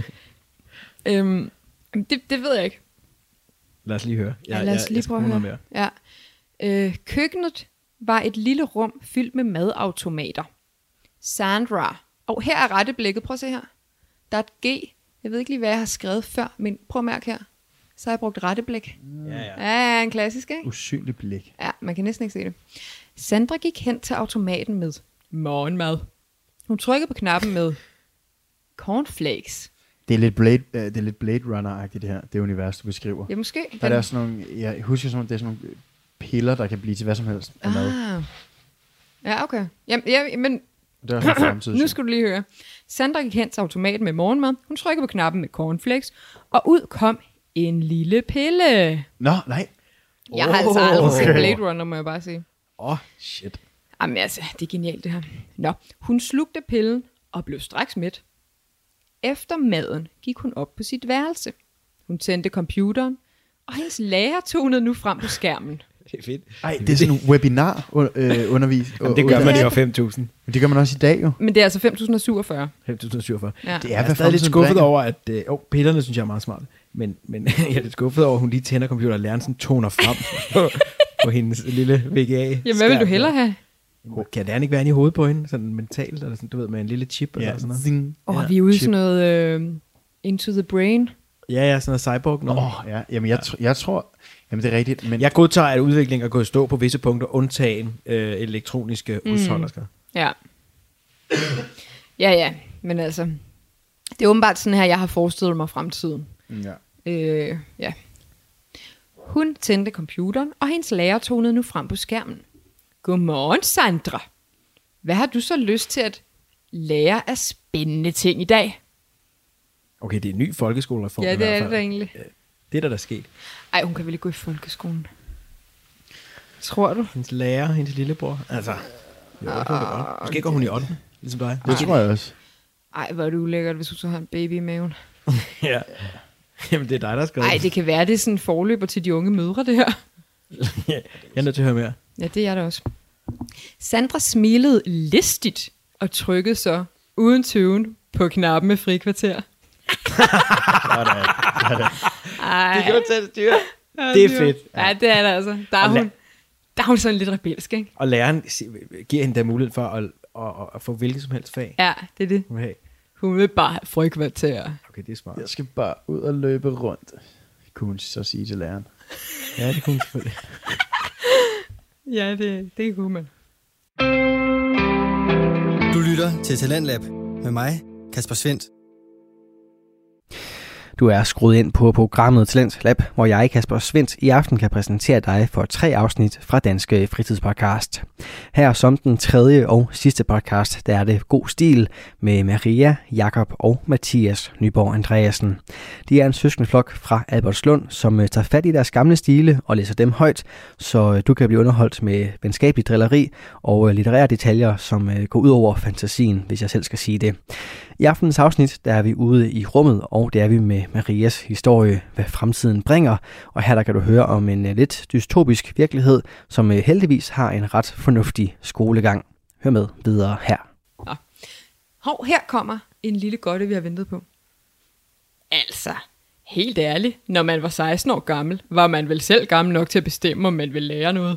Det ved jeg ikke. Lad os lige høre. Lad os lige prøve at høre. Ja. Køkkenet var et lille rum fyldt med madautomater. Sandra. Og her er retteblikket. Prøv at se her. Der er et G. Jeg ved ikke lige, hvad jeg har skrevet før, men prøv at mærke her. Så har jeg brugt retteblik. Ja, en klassisk, ikke? Usynlig blik. Ja, man kan næsten ikke se det. Sandra gik hen til automaten med morgenmad. Hun trykkede på knappen med cornflakes. Det er lidt Blade Runner-agtigt det her, det univers, du beskriver. Ja, måske. Der er sådan nogle, jeg husker sådan, det er sådan nogle piller, der kan blive til hvad som helst af mad. Ja, okay. Jamen det er sådan fremtid. Nu skal du lige høre. Sandra gik hen til automaten med morgenmad. Hun trykkede på knappen med cornflakes, og ud kom en lille pille. Nå, nej. Jeg har altså aldrig set Blade Runner, må jeg bare sige. Shit. Jamen altså, det er genialt det her. Nå, hun slugte pillen og blev straks mæt. Efter maden gik hun op på sit værelse. Hun tændte computeren, og hendes lærer tonede nu frem på skærmen. Det er fedt. Ej, det er sådan en webinar-undervisning. Det gør man jo 5.000. Men det gør man også i dag jo. Men det er altså 5.047. 5.047. Ja. Det er, jeg er stadig lidt skuffet over, at pillerne synes jeg er meget smart. Men jeg er lidt skuffet over, at hun lige tænder computeren, og læreren sådan toner frem på hendes lille VGA. Jamen, hvad vil du hellere have? Kan læreren ikke være inde i hovedet på hende, sådan mentalt, eller sådan, du ved, med en lille chip eller sådan noget? Vi er ude i sådan noget into the brain. Ja, sådan noget cyborg. Jamen, jeg tror, jamen det er rigtigt. Men jeg godtager, at udviklingen er gået stå på visse punkter, undtagen elektroniske husholdersker. Ja. Ja, men altså, det er åbenbart sådan her, jeg har forestillet mig fremtiden. Ja. Hun tændte computeren, og hendes lærer tonede nu frem på skærmen. Godmorgen, Sandra. Hvad har du så lyst til at lære af spændende ting i dag? Okay, det er en ny folkeskolereform. Ja, det er det egentlig. Det er der sket. Ej, hun kan vel ikke gå i folkeskolen. Tror du? Hendes lærer, hendes lillebror. Altså, måske går hun i 8. Ligesom dig. Det tror jeg også. Ej, hvor er det ulækkert, hvis du så har en baby i maven. Ja. Jamen, det er dig, der skal. Ej, det kan være, det er sådan en forløber til de unge mødre, det her. Ja, jeg er nødt til at høre mere. Ja, det er det også. Sandra smilede listigt og trykkede så uden tøven på knappen med frikvarter. Det kan du tage styre. Det er fedt. Ja, det er det altså. Der er hun sådan lidt rebelsk, ikke? Og læreren giver hende da mulighed for at få hvilket som helst fag. Ja, det er det. Hun vil bare have frikvarter. Okay, det er smart. Jeg skal bare ud og løbe rundt. Kunne hun så sige til læreren. Ja, det kunne hun selvfølgelig. Ja, det kunne man. Du lytter til Talentlab med mig, Kasper Svendt. Du er skruet ind på programmet Talentlab, hvor jeg, Kasper Svendt, i aften kan præsentere dig for 3 afsnit fra Danske Fritidspodcast. Her som den 3. og sidste podcast, der er det God Stil med Maria, Jakob og Mathias Nyborg Andreasen. De er en søskendeflok fra Albertslund, som tager fat i deres gamle stile og læser dem højt, så du kan blive underholdt med venskabelig drilleri og litterære detaljer, som går ud over fantasien, hvis jeg selv skal sige det. I aftenens afsnit, der er vi ude i rummet, og det er vi med Marias historie, hvad fremtiden bringer. Og her der kan du høre om en lidt dystopisk virkelighed, som heldigvis har en ret fornuftig skolegang. Hør med videre her. Hov, her kommer en lille godte, vi har ventet på. Altså, helt ærligt, når man var 16 år gammel, var man vel selv gammel nok til at bestemme, om man ville lære noget?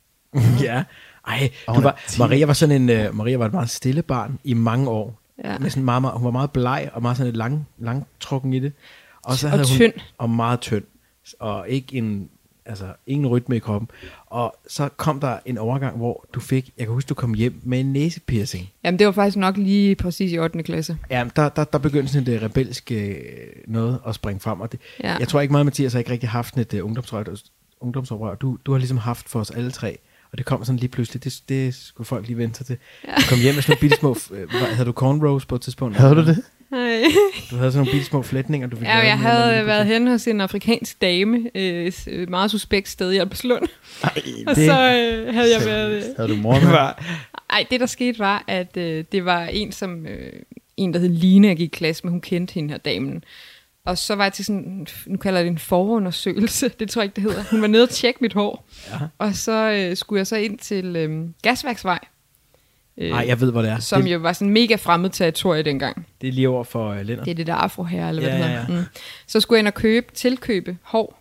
Ja. Ej, Maria var sådan Maria var et meget stille barn i mange år. Ja. Med sådan hun var meget bleg og meget sådan lidt langtrukken i det. Og så havde tynd. Og meget tynd. Og ikke ingen rytme i kroppen. Og så kom der en overgang, hvor jeg kan huske, du kom hjem med en næsepiercing. Jamen, det var faktisk nok lige præcis i 8. klasse. Ja, der begyndte sådan det rebelske noget at springe frem. Og det, jeg tror ikke meget, Mathias har ikke rigtig haft et ungdomsoprør. Du har ligesom haft for os alle tre. Og det kom sådan lige pludselig. Det skulle folk lige vente sig til. Ja. Du kom hjem med sådan nogle bitte små... havde du cornrows på et tidspunkt? Havde du det? Nej. Du havde sådan nogle bitte små flætninger, du fik lavet. Ja, jeg havde været hen hos en afrikansk dame, et meget suspekt sted i Albertslund. Og så havde jeg været... Havde du mor med? Ej, det der skete var, at det var en der hed Line, jeg gik i klasse med, hun kendte hende her damen. Og så var jeg til sådan, nu kalder jeg det en forundersøgelse, det tror jeg ikke, det hedder. Hun var nede og tjekke mit hår. Ja. Og så skulle jeg så ind til Gasværksvej. Nej, jeg ved, hvor det er. Som jo var sådan mega fremmed territorie dengang. Det er lige over for Lennart. Det er det der afro her, eller hvad det hedder. Mm. Så skulle jeg ind og tilkøbe hår,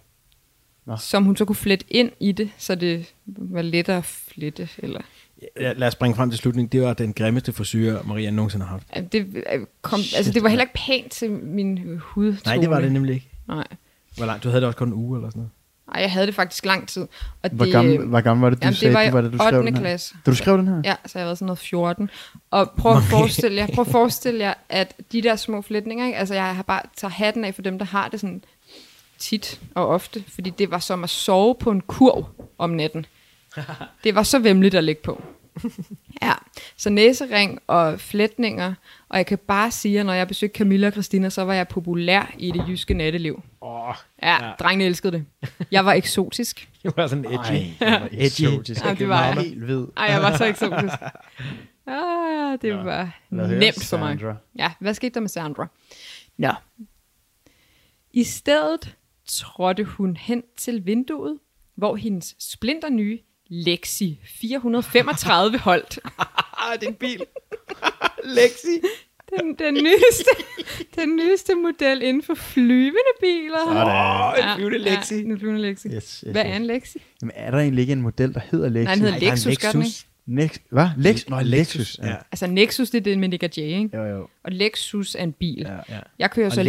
som hun så kunne flette ind i det, så det var lettere at flette, eller... Ja, lad os springe frem til slutningen. Det var den grimmeste frisyre, Maria nogensinde har haft. Ja, det var heller ikke pænt til min hudtone. Nej, det var det nemlig ikke. Nej. Hvor langt? Du havde det også kun en uge eller sådan noget? Nej, jeg havde det faktisk lang tid. Og hvor gammel var det, du sagde? Det var i du skrev 8. klasse. Da du skrev den her? Ja, så jeg var sådan noget 14. Og prøv at forestille jer, at de der små flætninger, ikke? Altså jeg har bare tager hatten af for dem, der har det sådan tit og ofte. Fordi det var som at sove på en kurv om natten. Det var så væmmeligt at ligge på. Ja, så næsering og flætninger, og jeg kan bare sige, at når jeg besøgte Camilla og Christina, så var jeg populær i det jyske natteliv. Ja, drengene elskede det. Jeg var eksotisk. Det var sådan edgy. Eksotisk. Ja, det var jeg. Helt hvid. Ej, jeg var så eksotisk. Det var nemt for mig. Ja, hvad skete der med Sandra? Nå. I stedet trådte hun hen til vinduet, hvor hendes splinternye Lexi 435 holdt. Det er en bil. Lexi. Den nyeste model inden for flyvende biler. En flyvende Lexi. Ja, en flyvende Lexi. Yes. Hvad er en Lexi? Jamen, er der egentlig ikke en model, der hedder Lexi? Nej, den hedder Lexus, gør den ikke? Hvad? Lexus. Ja. Altså Nexus, det er det med Nick og Jay, ikke? Jo. Og Lexus er en bil. Ja. Jeg kører så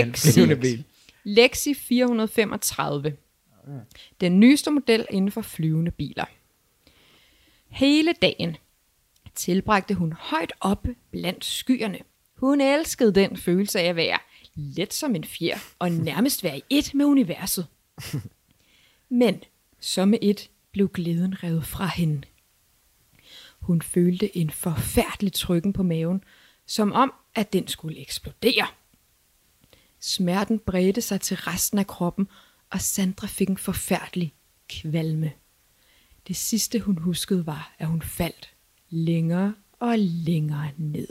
Lexi 435. Den nyeste model inden for flyvende biler. Hele dagen tilbragte hun højt oppe blandt skyerne. Hun elskede den følelse af at være let som en fjer og nærmest være i ét med universet. Men så med et blev glæden revet fra hende. Hun følte en forfærdelig trykken på maven, som om at den skulle eksplodere. Smerten bredte sig til resten af kroppen, og Sandra fik en forfærdelig kvalme. Det sidste hun huskede var, at hun faldt længere og længere ned.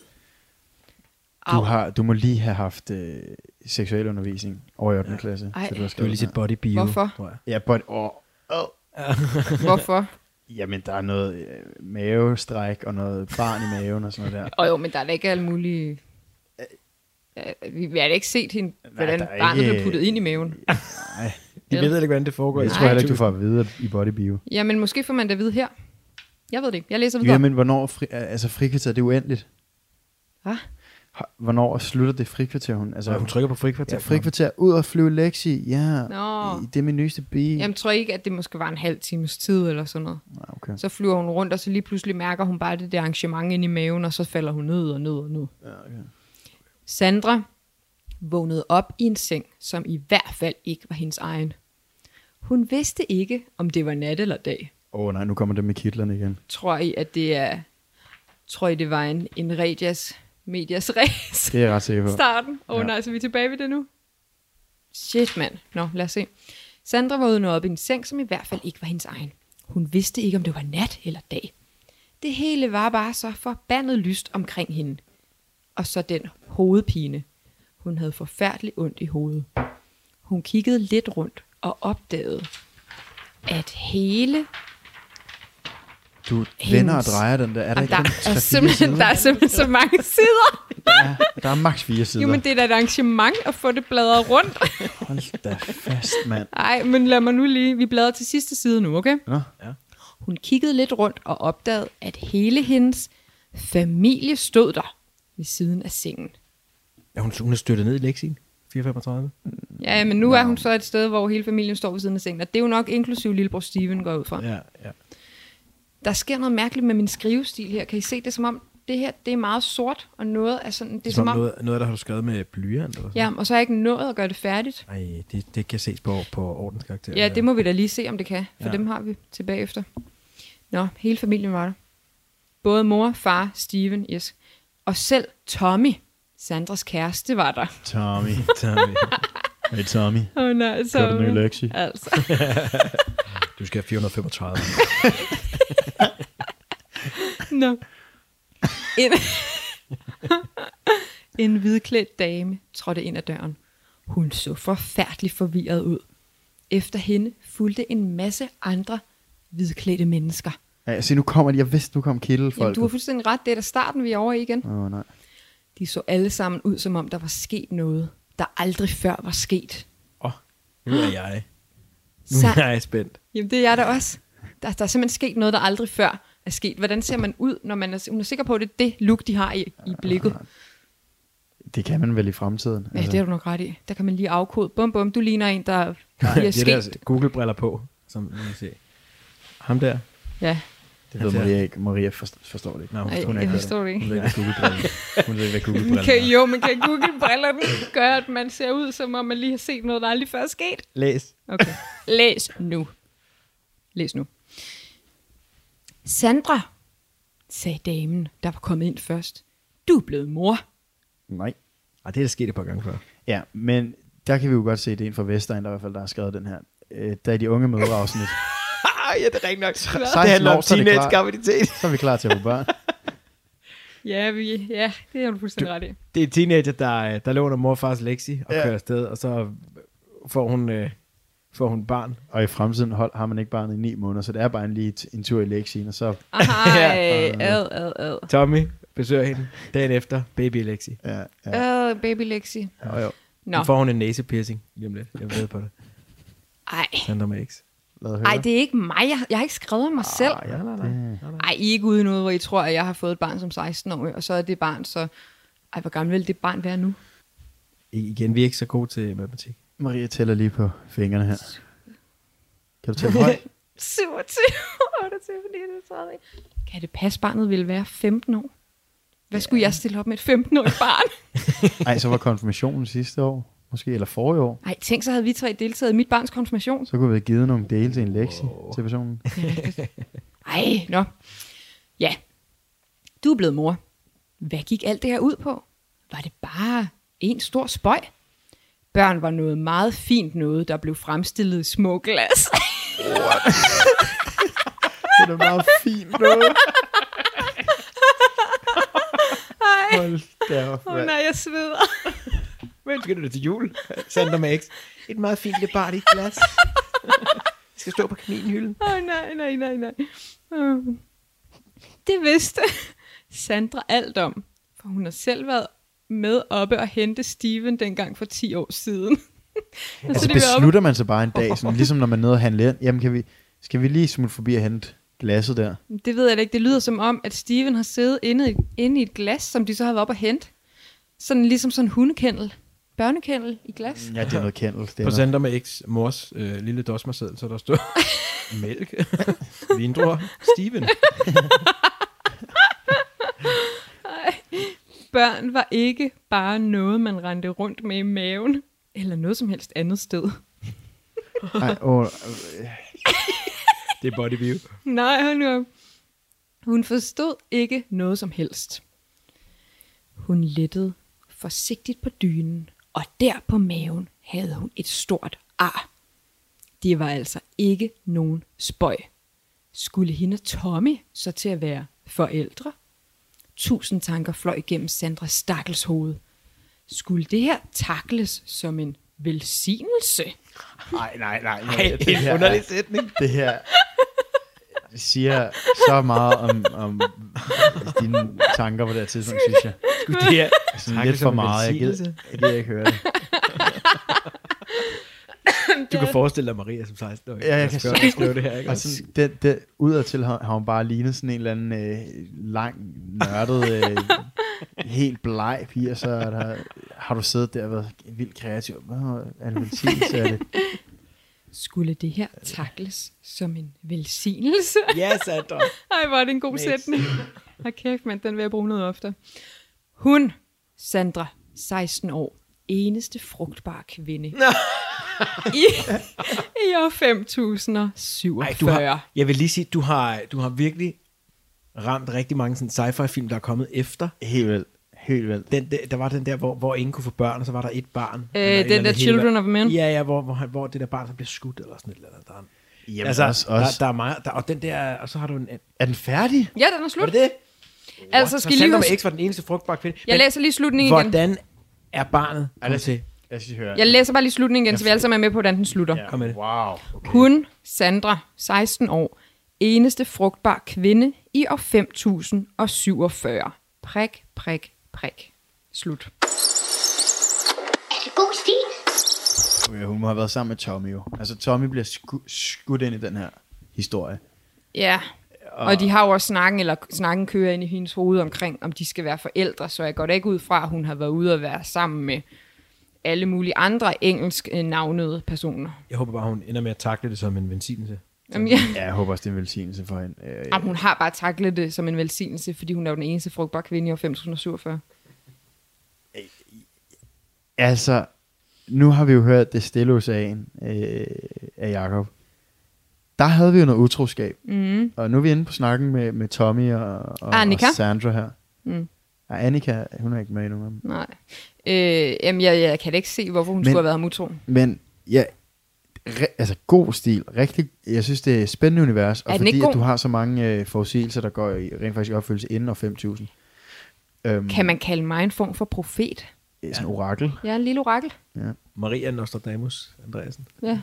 Du må lige have haft seksuel undervisning over i 8. klasse. Så du har lige set Body Bio. Hvorfor? Ja, Hvorfor? Jamen, der er noget mavestræk og noget barn i maven og sådan noget der. Jo, men der er da ikke alle mulige... Vi har da ikke set hende, hvordan barnet blev puttet ind i maven. Nej. De ved ikke, hvordan det foregår. Jeg tror heller ikke, du får at vide i Body Bio. Jamen, måske får man det at vide her. Jeg ved det ikke. Jeg læser videre. Jamen, hvornår frikvarter, det er uendeligt. Hvad? Hvornår slutter det frikvarter, hun? Altså, hun trykker på frikvarter. Ja, frikvarter, ud og flyve Lexi. Ja, det er min nyeste bil. Jamen, tror ikke, at det måske var en halv times tid eller sådan noget. Okay. Så flyver hun rundt, og så lige pludselig mærker hun bare det der arrangement ind i maven, og så falder hun ned. Ja, okay. Sandra vågnede op i en seng, som i hvert fald ikke var hendes egen. Hun vidste ikke, om det var nat eller dag. Nej, nu kommer det med kitlerne igen. Tror I, det var en medias race? Det er jeg ret sikker på. Starten. Nej, så vi er tilbage ved det nu. Shit, mand. Nå, lad os se. Sandra vågnede op i en seng, som i hvert fald ikke var hendes egen. Hun vidste ikke, om det var nat eller dag. Det hele var bare så forbandet lyst omkring hende. Og så den hovedpine. Hun havde forfærdeligt ondt i hovedet. Hun kiggede lidt rundt og opdagede, at hele... Du vender og drejer den der. Er der ikke der er simpelthen så mange sider. Der er maks 4 sider. Jo, men det er da et arrangement at få det bladret rundt. Hold da fast, mand. Nej, men lad mig nu lige... Vi bladrer til sidste side nu, okay? Nå. Ja. Hun kiggede lidt rundt og opdagede, at hele hendes familie stod der ved siden af sengen. Ja, hun er støttet ned i Lexien. 435. Ja, men nu er hun så et sted, hvor hele familien står ved siden af sengen. Og det er jo nok inklusiv lillebror Steven går ud fra. Ja. Der sker noget mærkeligt med min skrivestil her. Kan I se det som om, det her det er meget sort, og noget er sådan... Det er som om noget, der har du skrevet med blyant? Eller sådan. Ja, og så har jeg ikke nået at gøre det færdigt. Nej, det kan ses på ordenskarakter. Ja, det må vi da lige se, om det kan. For dem har vi tilbage efter. Nå, hele familien var der. Både mor, far, Steven, yes. Og selv Tommy, Sandras kæreste, var der. Tommy. Hey Tommy. Nej, så... Gør du ny lektie? Altså. Du skal have 435. Nå. En hvidklædt dame trådte ind ad døren. Hun så forfærdeligt forvirret ud. Efter hende fulgte en masse andre hvidklædte mennesker. Ja, se, nu kommer de. Jeg vidste, nu kom kittelfolk. Jamen, du har fuldstændig ret. Det er da starten, vi er over i igen. Nej. De så alle sammen ud, som om der var sket noget, der aldrig før var sket. Nu er jeg. Nu er jeg spændt. Jamen, det er jeg da også. Der er simpelthen sket noget, der aldrig før er sket. Hvordan ser man ud, når man er sikker på, at det er det look, de har i blikket? Det kan man vel i fremtiden. Ja, det er du nok ret i. Der kan man lige afkode. Bum, du ligner en, der bliver sket. Det er der Google-briller på, som man kan se. Ham der. Ja. Det ved Maria ikke. Maria forstår det ikke. Nej, jeg forstår det ikke. Hun ved ikke, hvad Google-briller er. Jo, men kan Google-brillerne gøre, at man ser ud, som om man lige har set noget, der aldrig før er sket? Læs. Okay. Læs nu. Sandra, sagde damen, der var kommet ind først. Du er blevet mor. Nej. Og det er der sket et par gange før. Ja, men der kan vi jo godt se, det er en fra Vestegn, der i hvert fald der har skrevet den her. Der er de unge mødreafsnit. Ja, det er rigtig nok. 16 det handler om år, teenage-graviditet. Så er vi klar til at få børn. Ja, det er du fuldstændig ret i. Det er en teenager, der låner mor og fars lektie og kører afsted, og så får hun barn. Og i fremtiden har man ikke barnet i 9 måneder, så det er bare en tur i lektien, og så... Ad. Tommy besøger hende dagen efter, baby lektie. Ja. Baby lektie. Jo. Nu får hun en næsepiercing lige om lidt. Jeg ved på det. Ej. Sandra med X. Ej, det er ikke mig. Jeg har ikke skrevet mig selv. Ej, I er ikke ude i noget, hvor I tror, at jeg har fået et barn som 16-årig, og så er det barn, så... Ej, hvor gammel vil det barn være nu? Igen, vi er ikke så gode til matematik. Maria tæller lige på fingrene her. Kan du tælle højt? 27, 28, 29, 30. Kan det passe, barnet ville være 15 år? Hvad skulle jeg stille op med et 15-årigt barn? Ej, så var konfirmationen sidste år. Måske, eller forrige år. Nej, tænk, så havde vi 3 deltaget i mit barns konfirmation. Så kunne vi have givet nogle dele til en lektie til personen. Ej, nå. Ja, du er blevet mor. Hvad gik alt det her ud på? Var det bare en stor spøj? Børn var noget meget fint noget, der blev fremstillet i små glas. Det er meget fint noget. Hold da op. Nej, jeg sveder. Hvad ønsker du det til jul? Sandra med X. Et meget fint lille barn i et glas. Det skal stå på kaninhylden. Nej. Det vidste Sandra alt om, for hun har selv været med oppe og hente Steven dengang for 10 år siden. Altså beslutter man sig bare en dag, sådan, ligesom når man er nede og handler ind, jamen skal vi lige smutte forbi og hente glasset der? Det ved jeg ikke. Det lyder som om, at Steven har siddet inde i et glas, som de så har været oppe og hente. Sådan ligesom sådan en hundekendel. Børnekendel i glas. Ja, det er noget kendel. På Sandra med X mors lille dosmerseddel, så der står mælk, vindruer, Steven. Børn var ikke bare noget, man rendte rundt med i maven, eller noget som helst andet sted. Det er body view. Nej, hun forstod ikke noget som helst. Hun lettede forsigtigt på dynen, og der på maven havde hun et stort ar. Det var altså ikke nogen spøj. Skulle hende og Tommy så til at være forældre? 1000 tanker fløj gennem Sandras stakkels hoved. Skulle det her takles som en velsignelse? Nej. Det er en underlig sætning. Det her siger så meget om dine tanker på det her tidspunkt, synes jeg. Skulle det her sådan lidt for meget. Jeg gider ikke høre det. Du kan forestille dig Maria som 16-årig. Ja, jeg kan skrive det her, ikke? Og sådan, udadtil har hun bare lignet sådan en eller anden lang, nørdet, helt bleg pige, og så har du siddet der og været vildt kreativ. Hvad er det velsignelse af det? Skulle det her takles som en velsignelse? Ja, Sandra. Ej, hvor er det en god sætning. Hold kæft, mand, den vil jeg bruge noget ofte. Hun, Sandra, 16 år, eneste frugtbare kvinde. I år 5047. Jeg vil lige sige, du har virkelig ramt rigtig mange sådan sci-fi film, der er kommet efter. Helt vildt. Der var den der, hvor ingen kunne få børn, og så var der et barn. Den der Children of Men. Ja, hvor det der barn, så bliver skudt eller sådan et eller andet. Jamen altså, også. der er meget, og den der, og så har du en... Er den færdig? Ja, den er slut. Var det? Altså, skal lige Sandra huske... med X var den eneste frugtbare kvinde. Jeg læser lige slutningen igen. Hvordan er barnet kommet til? Jeg læser bare lige slutningen igen, så vi alle sammen er med på, hvordan den slutter. Ja. Kom med det. Wow. Okay. Hun, Sandra, 16 år, eneste frugtbar kvinde i år 5047. Prik. Slut. Er det god stil? Okay, hun må have været sammen med Tommy jo. Altså Tommy bliver skudt ind i den her historie. Ja, og de har jo også snakken kører ind i hendes hoved omkring, om de skal være forældre, så jeg går da ikke ud fra, at hun har været ude og være sammen med alle mulige andre engelsk navnede personer. Jeg håber bare, hun ender med at takle det som en velsignelse. Jamen, ja. Ja, jeg håber også, det er en velsignelse for hende. Jamen, hun har bare taklet det som en velsignelse, fordi hun er jo den eneste frugtbare kvinde i år 5047. Altså, nu har vi jo hørt det stille ocean af Jacob. Der havde vi jo noget utroskab. Mm. Og nu er vi inde på snakken med Tommy og Sandra her. Mm. Og Annika, hun er ikke med endnu. Nej. Jamen, jeg kan da ikke se, hvorfor hun skulle have været ham utro. Men ja, altså god stil. Rigtig, jeg synes, det er et spændende univers. Og fordi at du har så mange forudsigelser, der går rent faktisk i opfyldelse inden år 5000. Kan man kalde mig en form for profet? Sådan en orakel. Ja, en lille orakel. Ja. Maria Nostradamus Andreasen. Ja.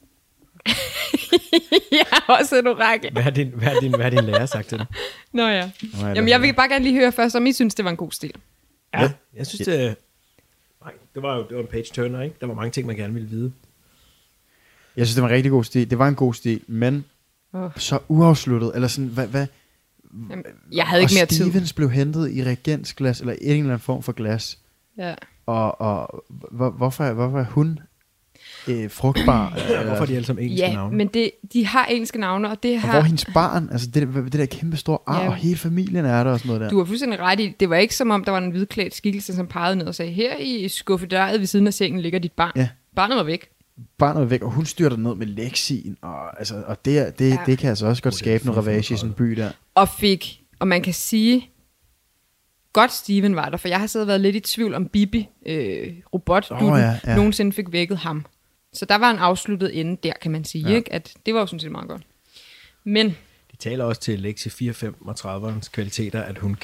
Jeg har også et orakel. Hvad har din lærer sagt til dig? Nå ja. Jamen, jeg vil bare gerne lige høre først, om I synes, det var en god stil. Ja, jeg synes, det var en page-turner, ikke? Der var mange ting, man gerne ville vide. Jeg synes, det var en rigtig god stil. Det var en god stil, men så uafsluttet. Eller sådan, hvad? Jamen, jeg havde ikke mere tid. Og Stevens blev hentet i reagensglas, eller en eller anden form for glas. Ja. Og hvorfor er hun frugtbar? Hvorfor er de alle sammen engelske navne? Men de har engelske navne, og det har... Og hvor hendes barn, altså det der kæmpe store ar, og hele familien er der og sådan noget der. Du har fuldstændig ret i, det var ikke som om, der var en hvidklædt skikkelse, som pegede ned og sagde, her i skuffedøret ved siden af sengen ligger dit barn. Ja. Barnet var væk. Barnet var væk, og hun styrter ned med Lexien, og det kan altså også godt skabe noget ravage i sådan en by der. Og man kan sige, godt Steven var der, for jeg har siddet og været lidt i tvivl om Bibi, robotdutten, nogensinde fik vækket ham. Så der var en afsluttet ende der, kan man sige, ikke? At det var jo sådan set meget godt. Men... De taler også til Lexi 435'ernes kvaliteter, at hun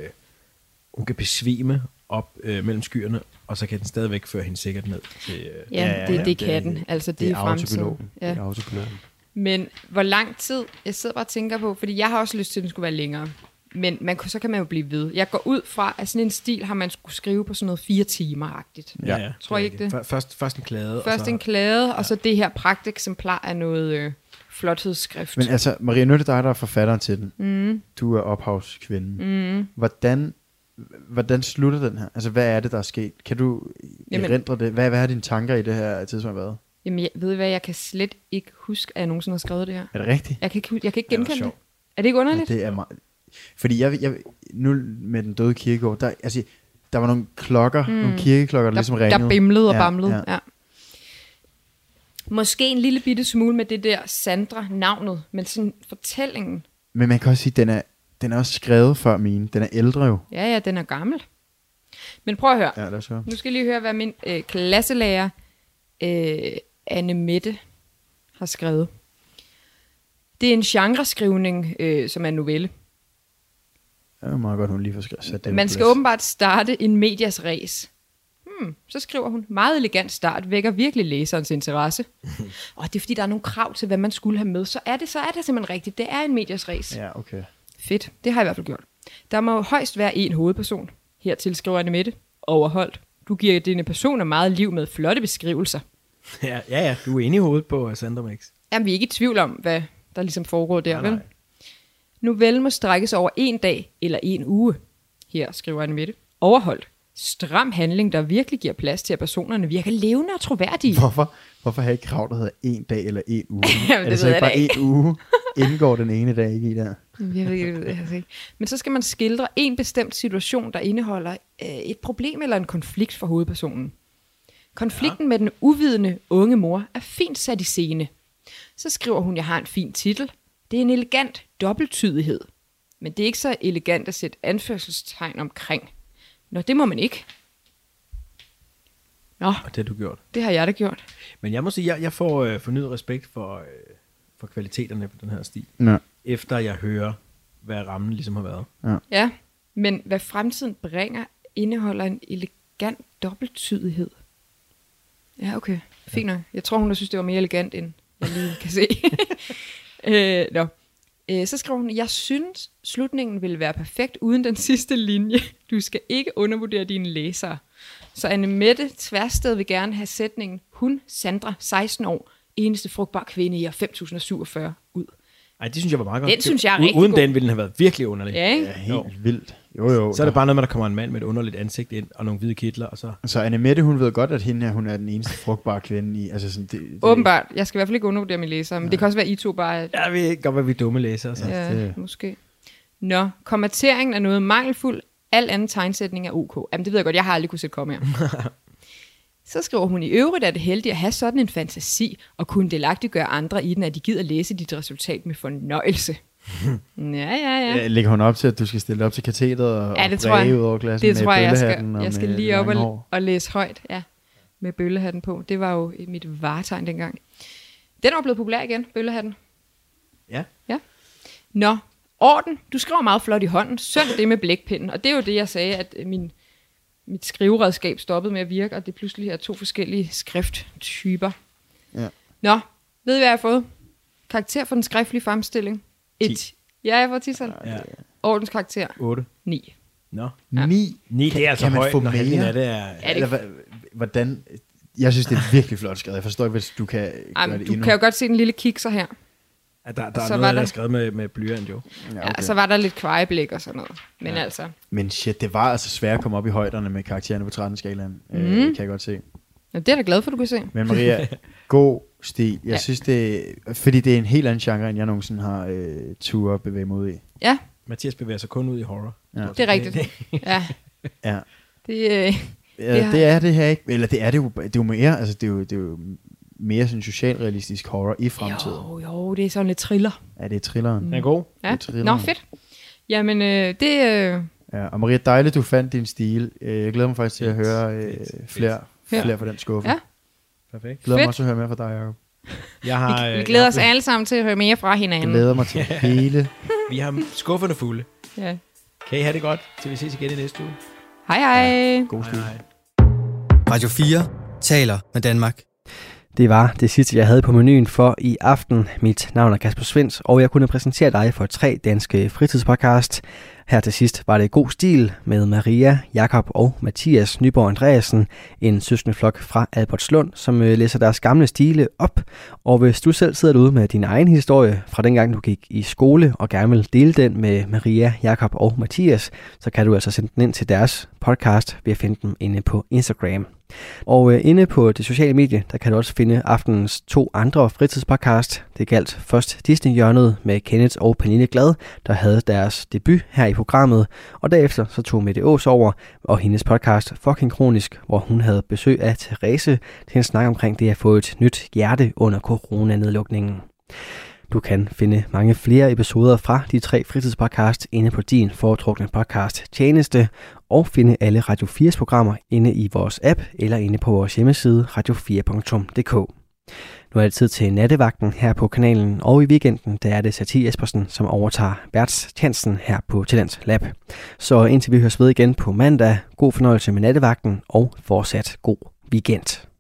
kan besvime op mellem skyerne, og så kan den stadigvæk føre hende sikkert ned til... det kan den. Altså, det er fremtiden. Ja. Men hvor lang tid... Jeg sidder bare og tænker på, fordi jeg har også lyst til, at den skulle være længere. Men så kan man jo blive ved. Jeg går ud fra, at sådan en stil har man skulle skrive på sådan noget 4 timer-agtigt. Ja. Tror I ikke det? Først en klade. En klade, og så det her pragteksemplar af noget flothedsskrift. Men altså, Maria, nu er det dig, der er forfatteren til den. Mm. Du er ophavskvinden. Hvordan slutter den her? Altså, hvad er det, der er sket? Kan du erindre det? Hvad er dine tanker i det her tidspunkt været? Jamen, ved I hvad? Jeg kan slet ikke huske, at jeg nogensinde har skrevet det her. Er det rigtigt? Jeg kan ikke genkende det. Er det ikke underligt? Ja, det er meget... Fordi jeg nu med den døde kirkegård, der var nogle klokker, nogle kirkeklokker, der ligesom ringede. Der bimlede og bamlede, ja. Måske en lille bitte smule med det der Sandra-navnet, men sådan fortællingen. Men man kan også sige, den er også skrevet før min. Den er ældre jo. Ja, den er gammel. Men prøv at høre. Ja, lad os høre. Nu skal jeg lige høre, hvad min klasselærer Anne Mette har skrevet. Det er en genreskrivning, som er en novelle. Det er meget godt, hun lige får sat det. Man skal åbenbart starte en medias ræs. Så skriver hun, meget elegant start, vækker virkelig læserens interesse. Og det er fordi, der er nogle krav til, hvad man skulle have med. Så er det simpelthen rigtigt. Det er en medias ræs. Ja, okay. Fedt. Det har jeg i hvert fald gjort. Der må højst være en hovedperson. Her tilskriver Annemette. Overholdt. Du giver dine personer meget liv med flotte beskrivelser. Ja, du er inde i hovedet på Sandra Mix. Jamen, vi er ikke i tvivl om, hvad der ligesom foregår der, vel? Novellen må strækkes over 1 dag eller 1 uge. Her skriver Annemette. Overholdt. Stram handling, der virkelig giver plads til, at personerne virker levende og troværdige. Hvorfor har I krav, der hedder 1 dag eller 1 uge? Jamen, er det så ikke bare 1 uge? Indgår den ene dag ikke i der? Jeg ved ikke. Men så skal man skildre en bestemt situation, der indeholder et problem eller en konflikt for hovedpersonen. Konflikten med den uvidende unge mor er fint sat i scene. Så skriver hun, jeg har en fin titel. Det er en elegant dobbelttydighed. Men det er ikke så elegant at sætte anførselstegn omkring. Nå, det må man ikke. Nå, og det har du gjort. Det har jeg da gjort. Men jeg må sige, jeg får fornyet respekt for kvaliteterne på den her stil. Ja. Efter jeg hører, hvad rammen ligesom har været. Ja, men hvad fremtiden bringer, indeholder en elegant dobbelttydighed. Ja, okay. Fint nok. Jeg tror, hun synes, det var mere elegant, end jeg lige kan se. Så skriver hun, jeg synes, slutningen ville være perfekt uden den sidste linje. Du skal ikke undervurdere dine læsere. Så Annemette Tværsted vil gerne have sætningen, hun, Sandra, 16 år, eneste frugtbar kvinde i år 5047 ud. Ej, det synes jeg var meget godt. Den synes jeg er rigtig uden god. Den ville den have været virkelig underlig. Ja, ikke? Ja, helt vildt. Jo. Så er det bare noget med, der kommer en mand med et underligt ansigt ind, og nogle hvide kitler, og så... Så Annemette, hun ved godt, at hun er den eneste frugtbare kvinde i... Altså sådan, det åbenbart. Jeg skal i hvert fald ikke undervurdere mine læsere, men det kan også være, I to bare... Ja, vi kan godt være, vi er dumme læsere. Så. Ja, måske. Nå, kommenteringen er noget mangelfuld. Al anden tegnsætning er ok. Jamen, det ved jeg godt. Jeg har aldrig kunne sætte komme her. Så skriver hun, i øvrigt er det heldigt at have sådan en fantasi, og kunne delagtiggøre andre i den, at de gider læse dit resultat med fornøjelse. Ja. Lægger hun op til, at du skal stille op til katedret og bræge ud over klassen det med tror bøllehatten? Jeg skal lige op og læse højt, ja, med bøllehatten på. Det var jo mit varetegn dengang. Den er blevet populær igen, bøllehatten. Ja. Nå, orden. Du skriver meget flot i hånden. Sønd det med blækpinden. Og det er jo det, jeg sagde, at mit skriveredskab stoppede med at virke, og det pludselig er 2 forskellige skrifttyper. Ja. Nå, ved I, hvad jeg har fået? Karakter for den skriftlige fremstilling? 1. Ja, jeg får 10 sådan. Ja. Ordenskarakter? 8. 9. Nå. Ja. 9? Det er altså højt, når halvdelen af det er... Hvordan... Jeg synes, det er virkelig flot skrevet. Jeg forstår ikke, hvis du kan gøre det du kan jo godt se den lille kikser her. Ja, der er noget, der er skrevet med blyant, jo. Ja, okay. Ja, så var der lidt kvejeblik og sådan noget. Men altså... Men shit, det var altså svært at komme op i højderne med karaktererne på 13-skalaen. Kan jeg godt se. Ja, det er da glad for, du kan se. Men Maria, god stil. Jeg synes, det... Fordi det er en helt anden genre, end jeg nogensinde har tur at bevæge mig ud i. Ja. Mathias bevæger sig kun ud i horror. Ja. Det er rigtigt. Ja. Det er det her ikke. Eller det er det jo, det er jo mere, altså det er jo mere sådan socialrealistisk horror i fremtiden. Jo, det er sådan lidt thriller. Ja, det er thrilleren. Den er god. Ja. Nå, fedt. Jamen, det... Ja, og Maria, dejligt, du fandt din stil. Jeg glæder mig faktisk til at høre flere fra den skuffe. Ja. Perfekt. Glæder mig også at høre mere fra dig, Jacob. Vi glæder os alle sammen til at høre mere fra hinanden. Jeg glæder mig til hele. Vi har skufferne fulde. Ja. Kan I have det godt, til vi ses igen i næste uge. Hej hej. Ja, god stil. Hej. Radio 4 taler med Danmark. Det var det sidste, jeg havde på menuen for i aften. Mit navn er Kasper Svens, og jeg kunne præsentere dig for 3 danske fritidspodcast. Her til sidst var det God Stil med Maria, Jakob og Mathias Nyborg Andreasen, en søskendeflok fra Albertslund, som læser deres gamle stile op. Og hvis du selv sidder derude med din egen historie fra dengang du gik i skole og gerne vil dele den med Maria, Jakob og Mathias, så kan du altså sende den ind til deres podcast ved at finde dem inde på Instagram. Og inde på det sociale medie, der kan du også finde aftenens 2 andre fritidspodcast. Det galt først Disney-hjørnet med Kenneth og Pernille Glad, der havde deres debut her i programmet. Og derefter så tog Mette Aas over, og hendes podcast Fucking Kronisk, hvor hun havde besøg af Therese til en snak omkring det at få et nyt hjerte under coronanedlukningen. Du kan finde mange flere episoder fra de 3 fritidspodcast inde på din foretrukne podcast tjeneste, og finde alle Radio 4's programmer inde i vores app eller inde på vores hjemmeside radio4.dk. Nu er det tid til nattevagten her på kanalen, og i weekenden der er det Satie Espersen, som overtager værtstjenesten her på Talents Lab. Så indtil vi høres ved igen på mandag, god fornøjelse med nattevagten, og fortsat god weekend.